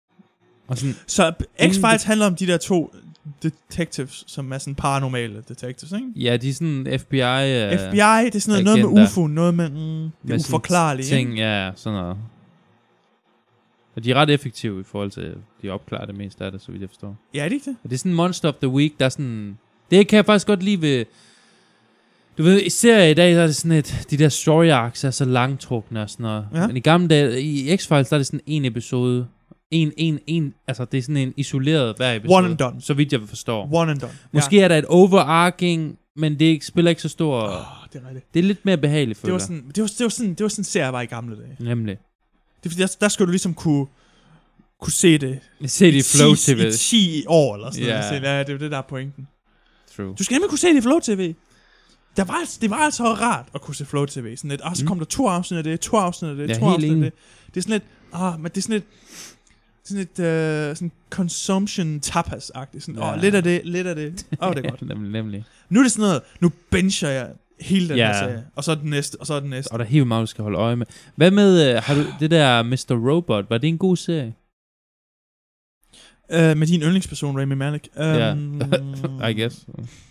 Og sådan, Så X-Files handler om de der to detectives, som er sådan paranormale detectives, ikke? ja, de er sådan F B I... Uh, F B I, det er sådan noget, noget med agenter. U F O, noget med mm, det med sådan uforklarlige, ting, ikke? ja, sådan noget. Og de er ret effektive i forhold til, at de opklarer det meste af det, så vidt jeg forstår. Ja, er det ikke det? Og det er sådan Monster of the Week, der er sådan... Det kan jeg faktisk godt lide ved... Du ved, i serier i dag, der er det sådan et... De der story arcs er så langtrukne og sådan noget. Ja. Men i gamle dage, i X-Files, der er det sådan en episode... En, en, en... Altså, det er sådan en isoleret hver episode. One and done. Så vidt jeg forstår. One and done. Måske er der et overarching, men det ikke, spiller ikke så stor... Ja. Oh, det er rigtigt. Det er lidt mere behageligt, Det føler var jeg. sådan, det var, det var sådan, det var sådan serier var i gamle dage. Nemlig. Det er fordi, der, der skal du ligesom kunne, kunne se det Jeg ser det i Flow T V. i ti år eller sådan Ja. noget. Så, ja, det er jo det, der er pointen. True. Du skal nemlig kunne se det i Flow T V. der var, altså, det var altså rart at kunne se Flow T V. Sådan lidt, ah, så kom mm. der to afsnit af det, to afsnit af det, ja, to afsnit af enig. det. Det er sådan lidt, ah, men det er sådan lidt, sådan lidt, uh, sådan consumption tapas-agtigt. Sådan, åh, Ja. oh, lidt af det, lidt af det. Åh, oh, det er godt. nemlig, nemlig. Nu er det sådan noget, nu bencher jeg hele den Ja. her serie, og så er den næste, og så er den næste. Og der er helt meget, du skal holde øje med. Hvad med, uh, har du det der mister Robot, var det en god serie? Uh, med din yndlingsperson, Rami Malek. Um, Ja, I guess.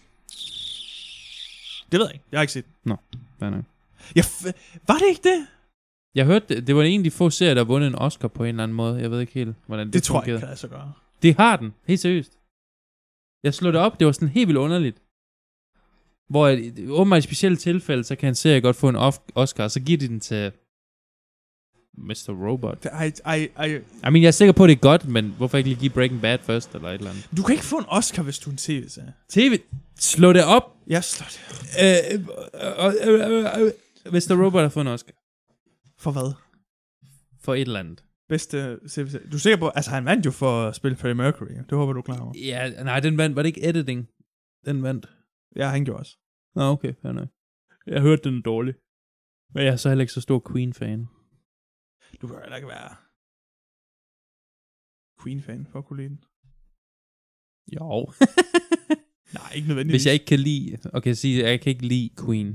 Det ved jeg ikke, jeg har ikke set. Nå, fair nok. Ja, f- var det ikke det? Jeg hørte, det, det var en af de få serier, der har vundet en Oscar på en eller anden måde. Jeg ved ikke helt, hvordan det, Det, det tror jeg fungerede. ikke, kan lade sig gøre. Det har den, helt seriøst. Jeg slog det op, det var sådan helt vildt underligt. Hvor i- åbenbart i specielle tilfælde, så kan en serie godt få en off- Oscar, og så giver de den til mister Robot. I, I, I, I mean, jeg er sikker på, at det er godt, men hvorfor ikke lige give Breaking Bad først, eller et eller andet? du kan ikke få en Oscar, hvis du er en tv-serie. T V, slå det op. Jeg slår det. Øh, øh, øh, øh, øh, mister Robot har fået en Oscar. For hvad? For et eller andet. Bedste tv-serie. Du er sikker på, altså han vandt jo for at spille Freddie Mercury. Det håber du er klar over. Ja, nej, den vandt. Var det ikke editing? Den vandt. Ja, han gjorde også. Nå, okay, fair nok. Jeg hørte den dårlig. Men jeg er så heller ikke så stor Queen-fan. Du kan heller ikke være Queen-fan for at kunne lide den. Jo. Nej, ikke nødvendigvis. Hvis jeg ikke kan lide... Okay, sige, jeg kan ikke lide Queen.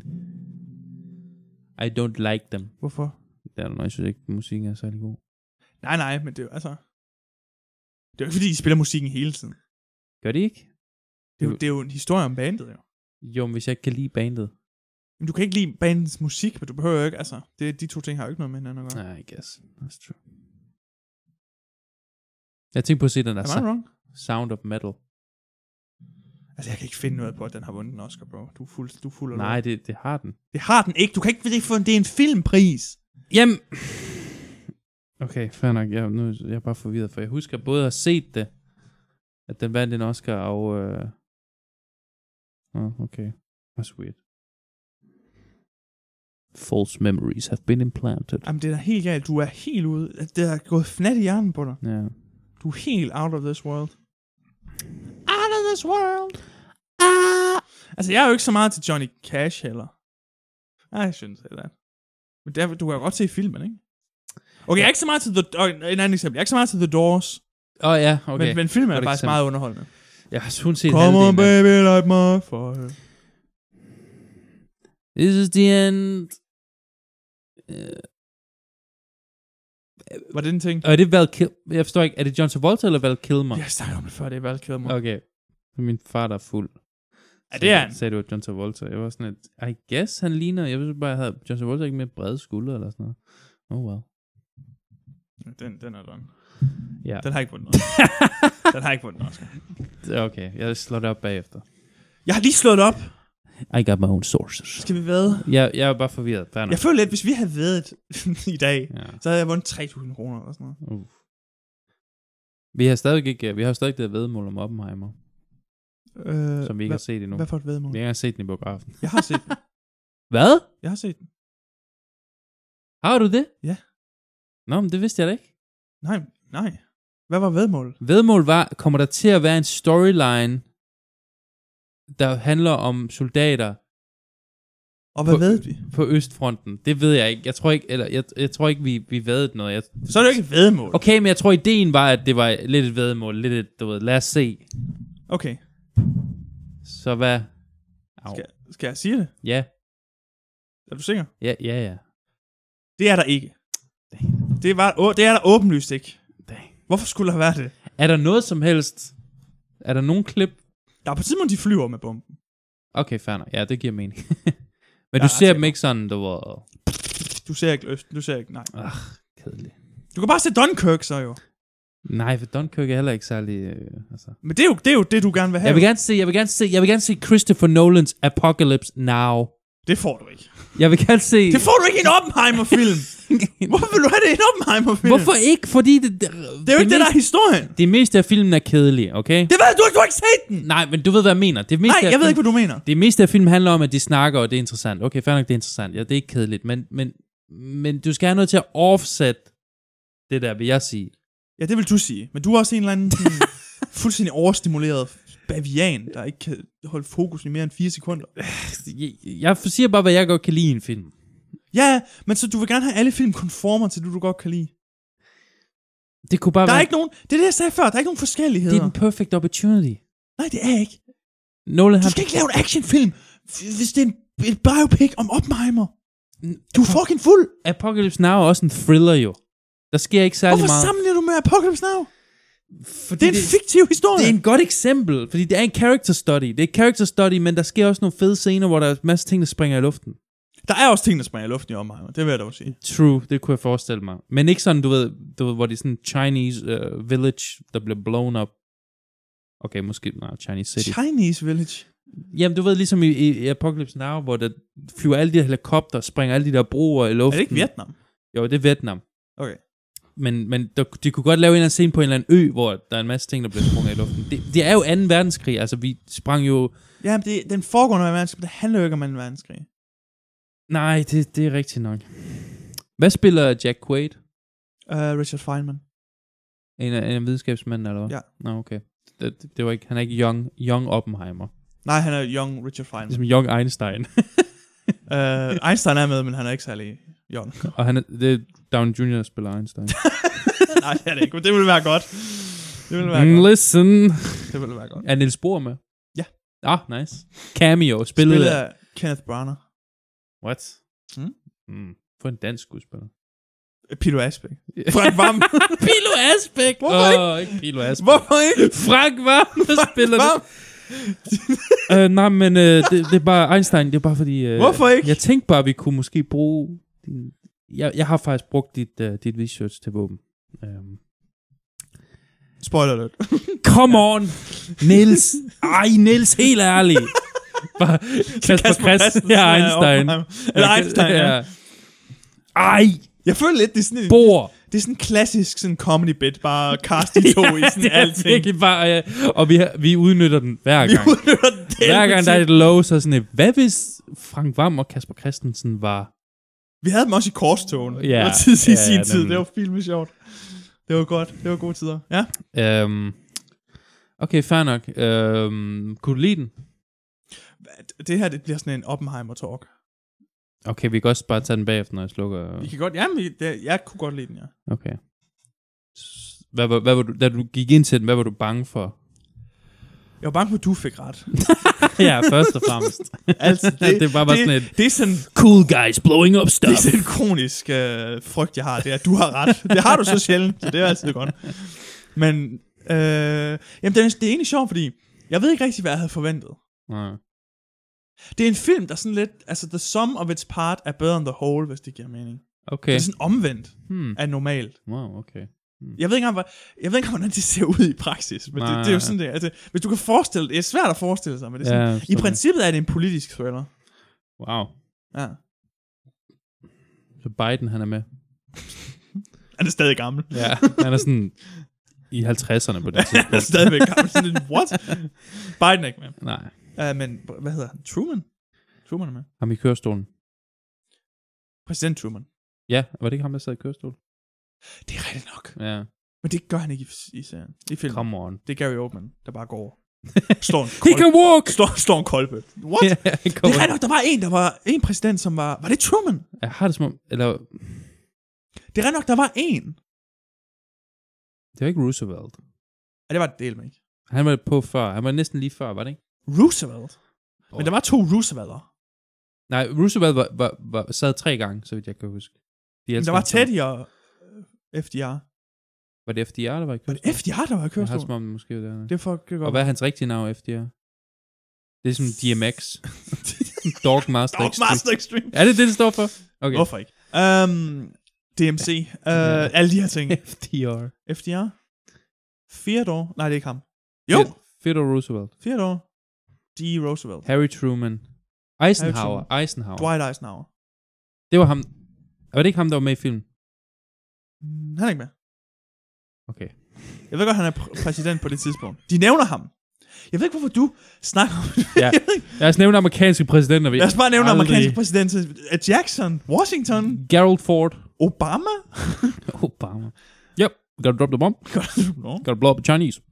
I don't like them. Hvorfor? Det er, når jeg synes ikke, musikken er særlig god. Nej, nej, men det er jo altså... Det er jo ikke, fordi de spiller musikken hele tiden. Gør de ikke? Det er jo, det er jo en historie om bandet, jo. Jo, men hvis jeg ikke kan lide bandet. Men du kan ikke lide bandets musik, men du behøver jo ikke, altså... Det, de to ting har jo ikke noget med hinanden at gøre. Nej, I guess. That's true. Jeg tænkte på at se den der Am I wrong? Sound of Metal. Altså, jeg kan ikke finde noget på, at den har vundet en Oscar, bro. Du er fuld, du er fuld af Nej, lort. det, det har den. Det har den ikke. Du kan ikke det er få en, det er en filmpris. Jamen... Okay, fair nok. Jeg, nu jeg er jeg bare forvirret, for jeg husker både at have set det, at den vandt en Oscar, og... Øh... Oh, okay. That's weird. False memories have been implanted. Jamen, det er da helt galt. Du er helt ude. Det er gået fnat i hjernen på dig. Ja. Du er helt out of this world. Out of this world. Ah. Altså, jeg er jo ikke så meget til Johnny Cash heller. Nej, jeg synes det er. Men der, du kan jo godt se filmen, ikke? Okay, jeg er ikke så meget til The... Okay, en anden eksempel. Jeg er ikke så meget til The Doors. Åh oh, ja, okay. Men, men filmen er Godt faktisk eksempel. meget underholdende. Jeg har kun set Come halvdelen on, baby, light my fire. This is the end. Uh, Var det en ting? og er det Val Kilmer? Jeg forstår ikke, er det John Travolta eller Val Kilmer? Jeg snakkede om det før, det er Val Kilmer. Okay. Min far, der er fuld. Ja, det er han. Så sagde du, at John Travolta. Jeg var sådan et, I guess han ligner, jeg ved bare, havde John Travolta ikke med brede skuldre eller sådan noget. Oh well. Den, den er den. Ja. Den har ikke vundet noget. Den har ikke vundet noget, Oscar. Okay, jeg slår det op bagefter. Jeg har lige slået det op. I got my own sources. Skal vi væde? Jeg, jeg er bare forvirret. Fair nok. Jeg føler lidt, hvis vi havde vædet i dag, Ja. så havde jeg vundet tre tusind kroner eller sådan noget. Uh. Vi har stadig ikke, vi har stadig det der vedmål om Oppenheimer, Øh, som vi ikke hvad, har set endnu. Hvad for et vedmål? Vi har ikke engang set den i biografen. Jeg har set den. Hvad? Jeg har set den. Har du det? Ja. Nå, men det vidste jeg da ikke. Nej, nej. Hvad var vedmålet? Vedmål var, kommer der til at være en storyline, der handler om soldater Og hvad På- ved vi? på Østfronten? Det ved jeg ikke. Jeg tror ikke, eller jeg, jeg tror ikke, vi, vi vedede noget. Jeg, Så er det jo ikke et vedmål. okay, men jeg tror, ideen var, at det var lidt et vedmål. Lidt et, du ved, lad os se. Okay. Så hvad? Au. Skal, skal jeg sige det? Ja, Er du sikker? ja, ja, ja. Det er der ikke. Det, var, å, det er der åbenlyst ikke. Dang. Hvorfor skulle der være det? Er der noget som helst? Er der nogen klip? Der er på tidspunkt, de flyver med bomben. Okay, fair nok. Ja, det giver mening. Men Ja, du ser altså- dem ikke sådan, du var... Du ser ikke øst. Du ser ikke, nej. Ach, kedeligt. Du kan bare se Dunkirk så jo. Nej, for Dunkirk er heller ikke særlig... Øh, altså. Men det er, jo, det er jo det, du gerne vil have. Jeg vil gerne se, jeg vil gerne se, jeg vil gerne se Christopher Nolans Apocalypse Now. Det får du ikke. Jeg vil gerne se... Det får du ikke i en Oppenheimer-film. Hvorfor vil du have det i en Oppenheimer-film? Hvorfor ikke? Fordi det... Det, Det er jo ikke det, der er historien. Det meste af filmen er kedelig, okay? Det ved du ikke, du har ikke set den. Nej, men du ved, hvad jeg mener. Det meste Nej, af jeg ved film- ikke, hvad du mener. Det meste af filmen handler om, at de snakker, og det er interessant. Okay, fair nok, det er interessant. Ja, det er ikke kedeligt, men, men, men du skal have noget til at offset det der, vil jeg sige. Ja, det vil du sige. Men du er også en eller anden sådan, fuldstændig overstimuleret bavian, der ikke kan holde fokus i mere end fire sekunder. Jeg, jeg siger bare, hvad jeg godt kan lide i en film. Ja, men så du vil gerne have alle film konformer til det, du godt kan lide. Det kunne bare Der er være... ikke nogen, det er det, jeg sagde før, der er ikke nogen forskelligheder. Det er den perfect opportunity. Nej, det er ikke. Nolan, Du han... skal ikke lave en actionfilm, hvis det er en, et biopic om Oppenheimer. Du er fucking fuld. Apocalypse Now er også en thriller, jo. Der sker ikke særlig Hvorfor meget. Hvorfor sammenligner du med Apocalypse Now? Fordi det er en det, fiktiv historie. Det er en godt eksempel, fordi det er en character study. Det er et character study, men der sker også nogle fede scener, hvor der er en masse ting, der springer i luften. Der er også ting, der springer i luften i Oppenheimer. Det vil jeg dog sige. True, det kunne jeg forestille mig. Men ikke sådan, du ved, du ved hvor det er sådan en Chinese uh, village, der bliver blown up. Okay, måske, nej, Chinese city. Chinese village? Jamen, du ved, ligesom i, i, i Apocalypse Now, hvor der flyver alle de her helikopter, springer alle de der broer i luften. Er det ikke Vietnam? Jo, det er Vietnam. Okay. Men, men der, de kunne godt lave en eller anden scene på en eller anden ø, hvor der er en masse ting, der bliver sprunget i luften. Det, det er jo anden verdenskrig, altså vi sprang jo... Ja, men det, den foregående verdenskrig, det handler jo ikke om anden verdenskrig. Nej, det, det er rigtigt nok. Hvad spiller Jack Quaid? Uh, Richard Feynman. En af, en af videnskabsmændene, eller hvad? Ja. Nå, okay. Det, det, det var ikke, han er ikke young, young Oppenheimer. Nej, han er young Richard Feynman. Ligesom young Einstein. uh, Einstein er med, men han er ikke særlig young. Og han er, det er Downey junior, der spiller Einstein. Nej, det er det ikke, men det ville være godt. Det ville være mm, godt. Listen. Det ville være godt. Er Niels Bohr med? Ja. Ah, nice. Cameo, spillet Spillet af... af Kenneth Branagh. What? Hmm? Mm. For en dansk skuespiller. Pilo Asbæk. Frank Vam. Pilo Asbæk. Hvorfor ikke? Åh, ikke Pilo Asbæk. Hvorfor ikke? Frank Vam, der spiller det. uh, nej, men uh, det, det er bare Einstein. Det er bare fordi... Uh, Hvorfor ikke? Jeg tænkte bare, at vi kunne måske bruge... Din... Jeg, jeg har faktisk brugt dit, uh, dit research til våben. Um... Spoiler alert. Come on, Niels. Ej, Niels, helt ærligt. Bare Kasper Christensen og Einstein. Eller Einstein, ja. ja. Ej. Jeg føler lidt, det er sådan en, Bohr. det er sådan en klassisk sådan comedy bit, bare cast de to i sådan det er alting. virkelig bare, ja. Og vi, vi udnytter den hver gang. Vi udnytter den. Hver gang der er et low, så sådan et, hvad hvis Frank Vam og Kasper Christensen var... Vi havde dem også i korstogen. Ja, det var tid i ja, sin ja, tid. nemlig. Det var filmet sjovt. Det var godt. Det var gode tider. Ja. Um, okay, fair nok. Um, kunne du lide den? Det her, det bliver sådan en Oppenheimer-talk. Okay, vi kan også bare tage den bagefter, når jeg slukker. Vi kan godt... Jamen, vi- det, jeg kunne godt lide den, ja. Okay. S- Hvad, hvad, hvad var du, da du gik ind til den, hvad var du bange for? Jeg var bange for, at du fik ret. Ja, først og fremmest. Altså, det, det var bare sådan et... Det er sådan... Cool guys blowing up stuff. Det er sådan en kronisk øh, frygt, jeg har. Det er, at du har ret. Det har du så sjældent, så det er altid godt. Men, øh, jamen, det er, det er egentlig sjovt, fordi jeg ved ikke rigtig, hvad jeg havde forventet. Nej. Det er en film, der sådan lidt... Altså, the sum of its part er bedre end the whole, hvis det giver mening. Okay. Det er sådan omvendt Hmm. af normalt. Wow, okay. Hmm. Jeg ved ikke engang, hvad, jeg ved ikke engang, hvordan det ser ud i praksis. Men det, det er jo sådan, det er. Altså, hvis du kan forestille det, er svært at forestille sig, men det er sådan, Ja, i sådan. princippet er det en politisk thriller. Wow. Ja. Så Biden, han er med. Han er stadig gammel. Ja, han er sådan i halvtredserne på det Han er tidspunkt. stadigvæk gammel. Sådan en, what? Biden er ikke med. Nej, Uh, men, hvad hedder han? Truman? Truman er med. ham i kørestolen. Præsident Truman. Ja, var det ikke ham, der sad i kørestol? Det er rigtigt nok. Ja. Men det gør han ikke i, i serien. I filmen. Come on. Det er Gary Oldman, der bare går. Står en He can kolbe. walk! Står, står en kolbe. What? Ja, Det er rigtigt nok, der var en, der var en præsident, som var... Var det Truman? Jeg har det som om, eller, Det er rigtigt nok, der var en. det var ikke Roosevelt. Ja, det var det del med ikke. Han var på før. Han var næsten lige før, var det ikke? Roosevelt? Men der var to Roosevelter. Nej, Roosevelt var, var, var, sad tre gange, så vidt jeg kan huske. De Men der var Teddy og øh, F D R. Var det F D R, der var i Var det kørestolen? F D R, der var i Jeg har kørestolen? som om, det måske var der. Det er for at Og hvad er hans rigtige navn, F D R? Det er som D M X. Dog Master Dog Extreme. Master Extreme. Er det det, det står for? Okay. Hvorfor ikke? Um, D M C. Uh, Ja. alle de her ting. F D R. F D R. Theodore. Nej, det er ikke ham. Jo. Theodore Roosevelt. Theodore. D. Roosevelt. Harry Truman. Eisenhower. Truman. Eisenhower. Dwight Eisenhower. Det var ham. Var det ikke ham, der var med i filmen? Mm, Han er ikke med. Okay. Jeg ved godt, han er pr- præsident på det tidspunkt. De nævner ham. Jeg ved ikke, hvorfor du snakker om det. Ja. Lad os nævne amerikanske præsidenter. Lad os bare nævne Aldrig. amerikanske præsidenter. Jackson. Washington. Gerald Ford. Obama. Obama. Yep. Gotta drop the bomb. no. Gotta blow up the Chinese.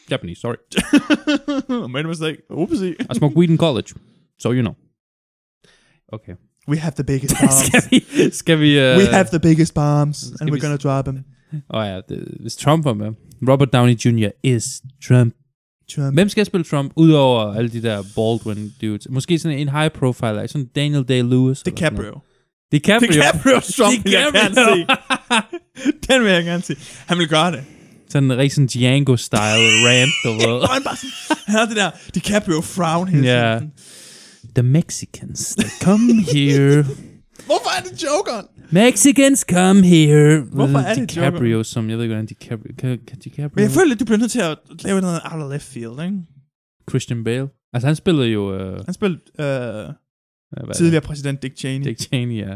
Japanese, sorry. Made a mistake. Oopsie. I smoked weed in college, so you know. Okay. We have the biggest bombs. skal vi... Skal vi uh... We have the biggest bombs, and we're vi... gonna drop them. Åh oh, ja, det, hvis Trump var med. Robert Downey junior is Trump. Trump. Hvem skal spille Trump, udover alle de der Baldwin dudes? Måske sådan en high profile, like sådan Daniel Day-Lewis. DiCaprio. DiCaprio. DiCaprio Trump vil jeg gerne se. Den vil jeg gerne se. Han vil gøre det. Sådan en rigtig Django-style rant, du ved. han, bare sådan, han har det der DiCaprio frown hele Ja. tiden. The Mexicans, they come here. Hvorfor er det Jokeren? Mexicans come here. Hvorfor er det DiCaprio, Jokeren? som jeg ved ikke, hvordan DiCaprio... Kan, kan DiCaprio... Men jeg føler lidt, du bliver nødt til at lave noget out of left field, ikke? Christian Bale. Altså, han spillede jo... Uh, Han spillede øh, hvad tidligere præsident Dick Cheney. Dick Cheney, ja.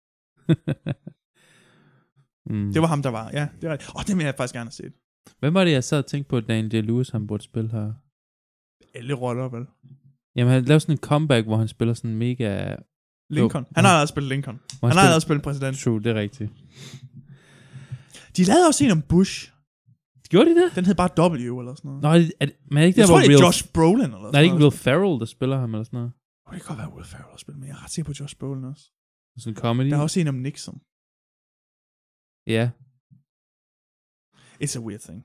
mm. Det var ham, der var. Ja, det er rigtigt. Åh, oh, det vil jeg faktisk gerne have set. Hvem var det, jeg sad og tænkte på, at Daniel Day-Lewis, han burde spille her? Alle roller, vel? Jamen, han lavede sådan en comeback, hvor han spiller sådan mega... Lincoln. Han har allerede spillet Lincoln. Han, han han har spiller- allerede spillet præsident. True, det er rigtigt. De lavede også en om Bush. Gjorde de det? Den hed bare W eller sådan noget. Nå, er det, er det, men er det ikke jeg der, tror, hvor det er Will... Josh Brolin eller sådan Nej, det er ikke noget. Will Ferrell, der spiller ham eller sådan noget. Oh, det kan godt være Will Ferrell der spiller, men jeg er ret sikker på Josh Brolin også. Sådan en comedy. Der er også en om Nixon. Ja. It's a weird thing.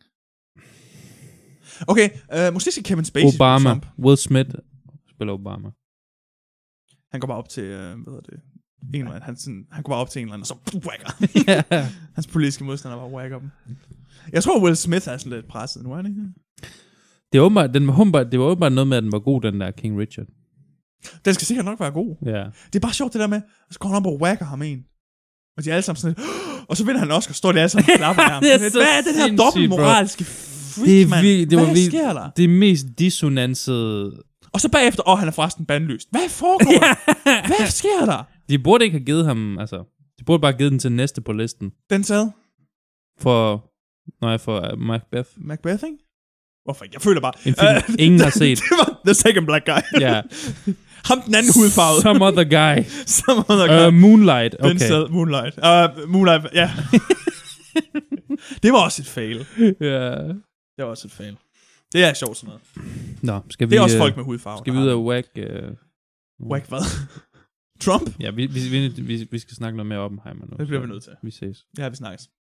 Okay, uh, måske skal Kevin Spacey spille Obama. Trump. Will Smith spiller Obama. Han går bare op til, uh, hvad hedder det, en eller anden, han, sådan, han går bare op til en eller anden, og så whacker. Ja. Hans politiske modstander bare whacker dem. Jeg tror, Will Smith er sådan lidt presset nu, er det ikke? Det, er åbenbart, den, var åbenbart, det var åbenbart noget med, at den var god, den der King Richard. Den skal sikkert nok være god. Ja. Det er bare sjovt det der med, så går han op og whacker ham en. Og de er alle sammen sådan lidt, og så vinder han også, og står de alle sammen og klapper af ham. Det er Hvad så er den her sindssygt, dobbeltmoralske freak, Det er mand? vildt, det var Hvad vildt. sker der? Det mest dissonansede... Og så bagefter, åh, oh, han er forresten bandlyst. Hvad foregår der? Hvad sker der? De burde ikke have givet ham, altså... De burde bare have givet den til næste på listen. Den sad For... Nej, for uh, Macbeth. Macbeth, ikke? Hvorfor ikke? Jeg føler bare... En film, Øh, ingen har set. Det var The Second Black Guy. Ja. Ham den anden hudfarvede. Some other guy. Some other guy. Uh, Moonlight, Den okay. sad Moonlight. Uh, Moonlight, ja. Det var også et fail. Ja. Det var også et fail. Det er sjovt sådan noget. Nå, skal vi... Det er også øh, folk med hudfarve. Skal vi ud og whack... Uh... Whack hvad? Trump? Ja, vi, vi, vi, vi, vi skal snakke noget mere Oppenheimer nu. Det bliver så vi nødt til. Vi ses. Ja, vi snakkes.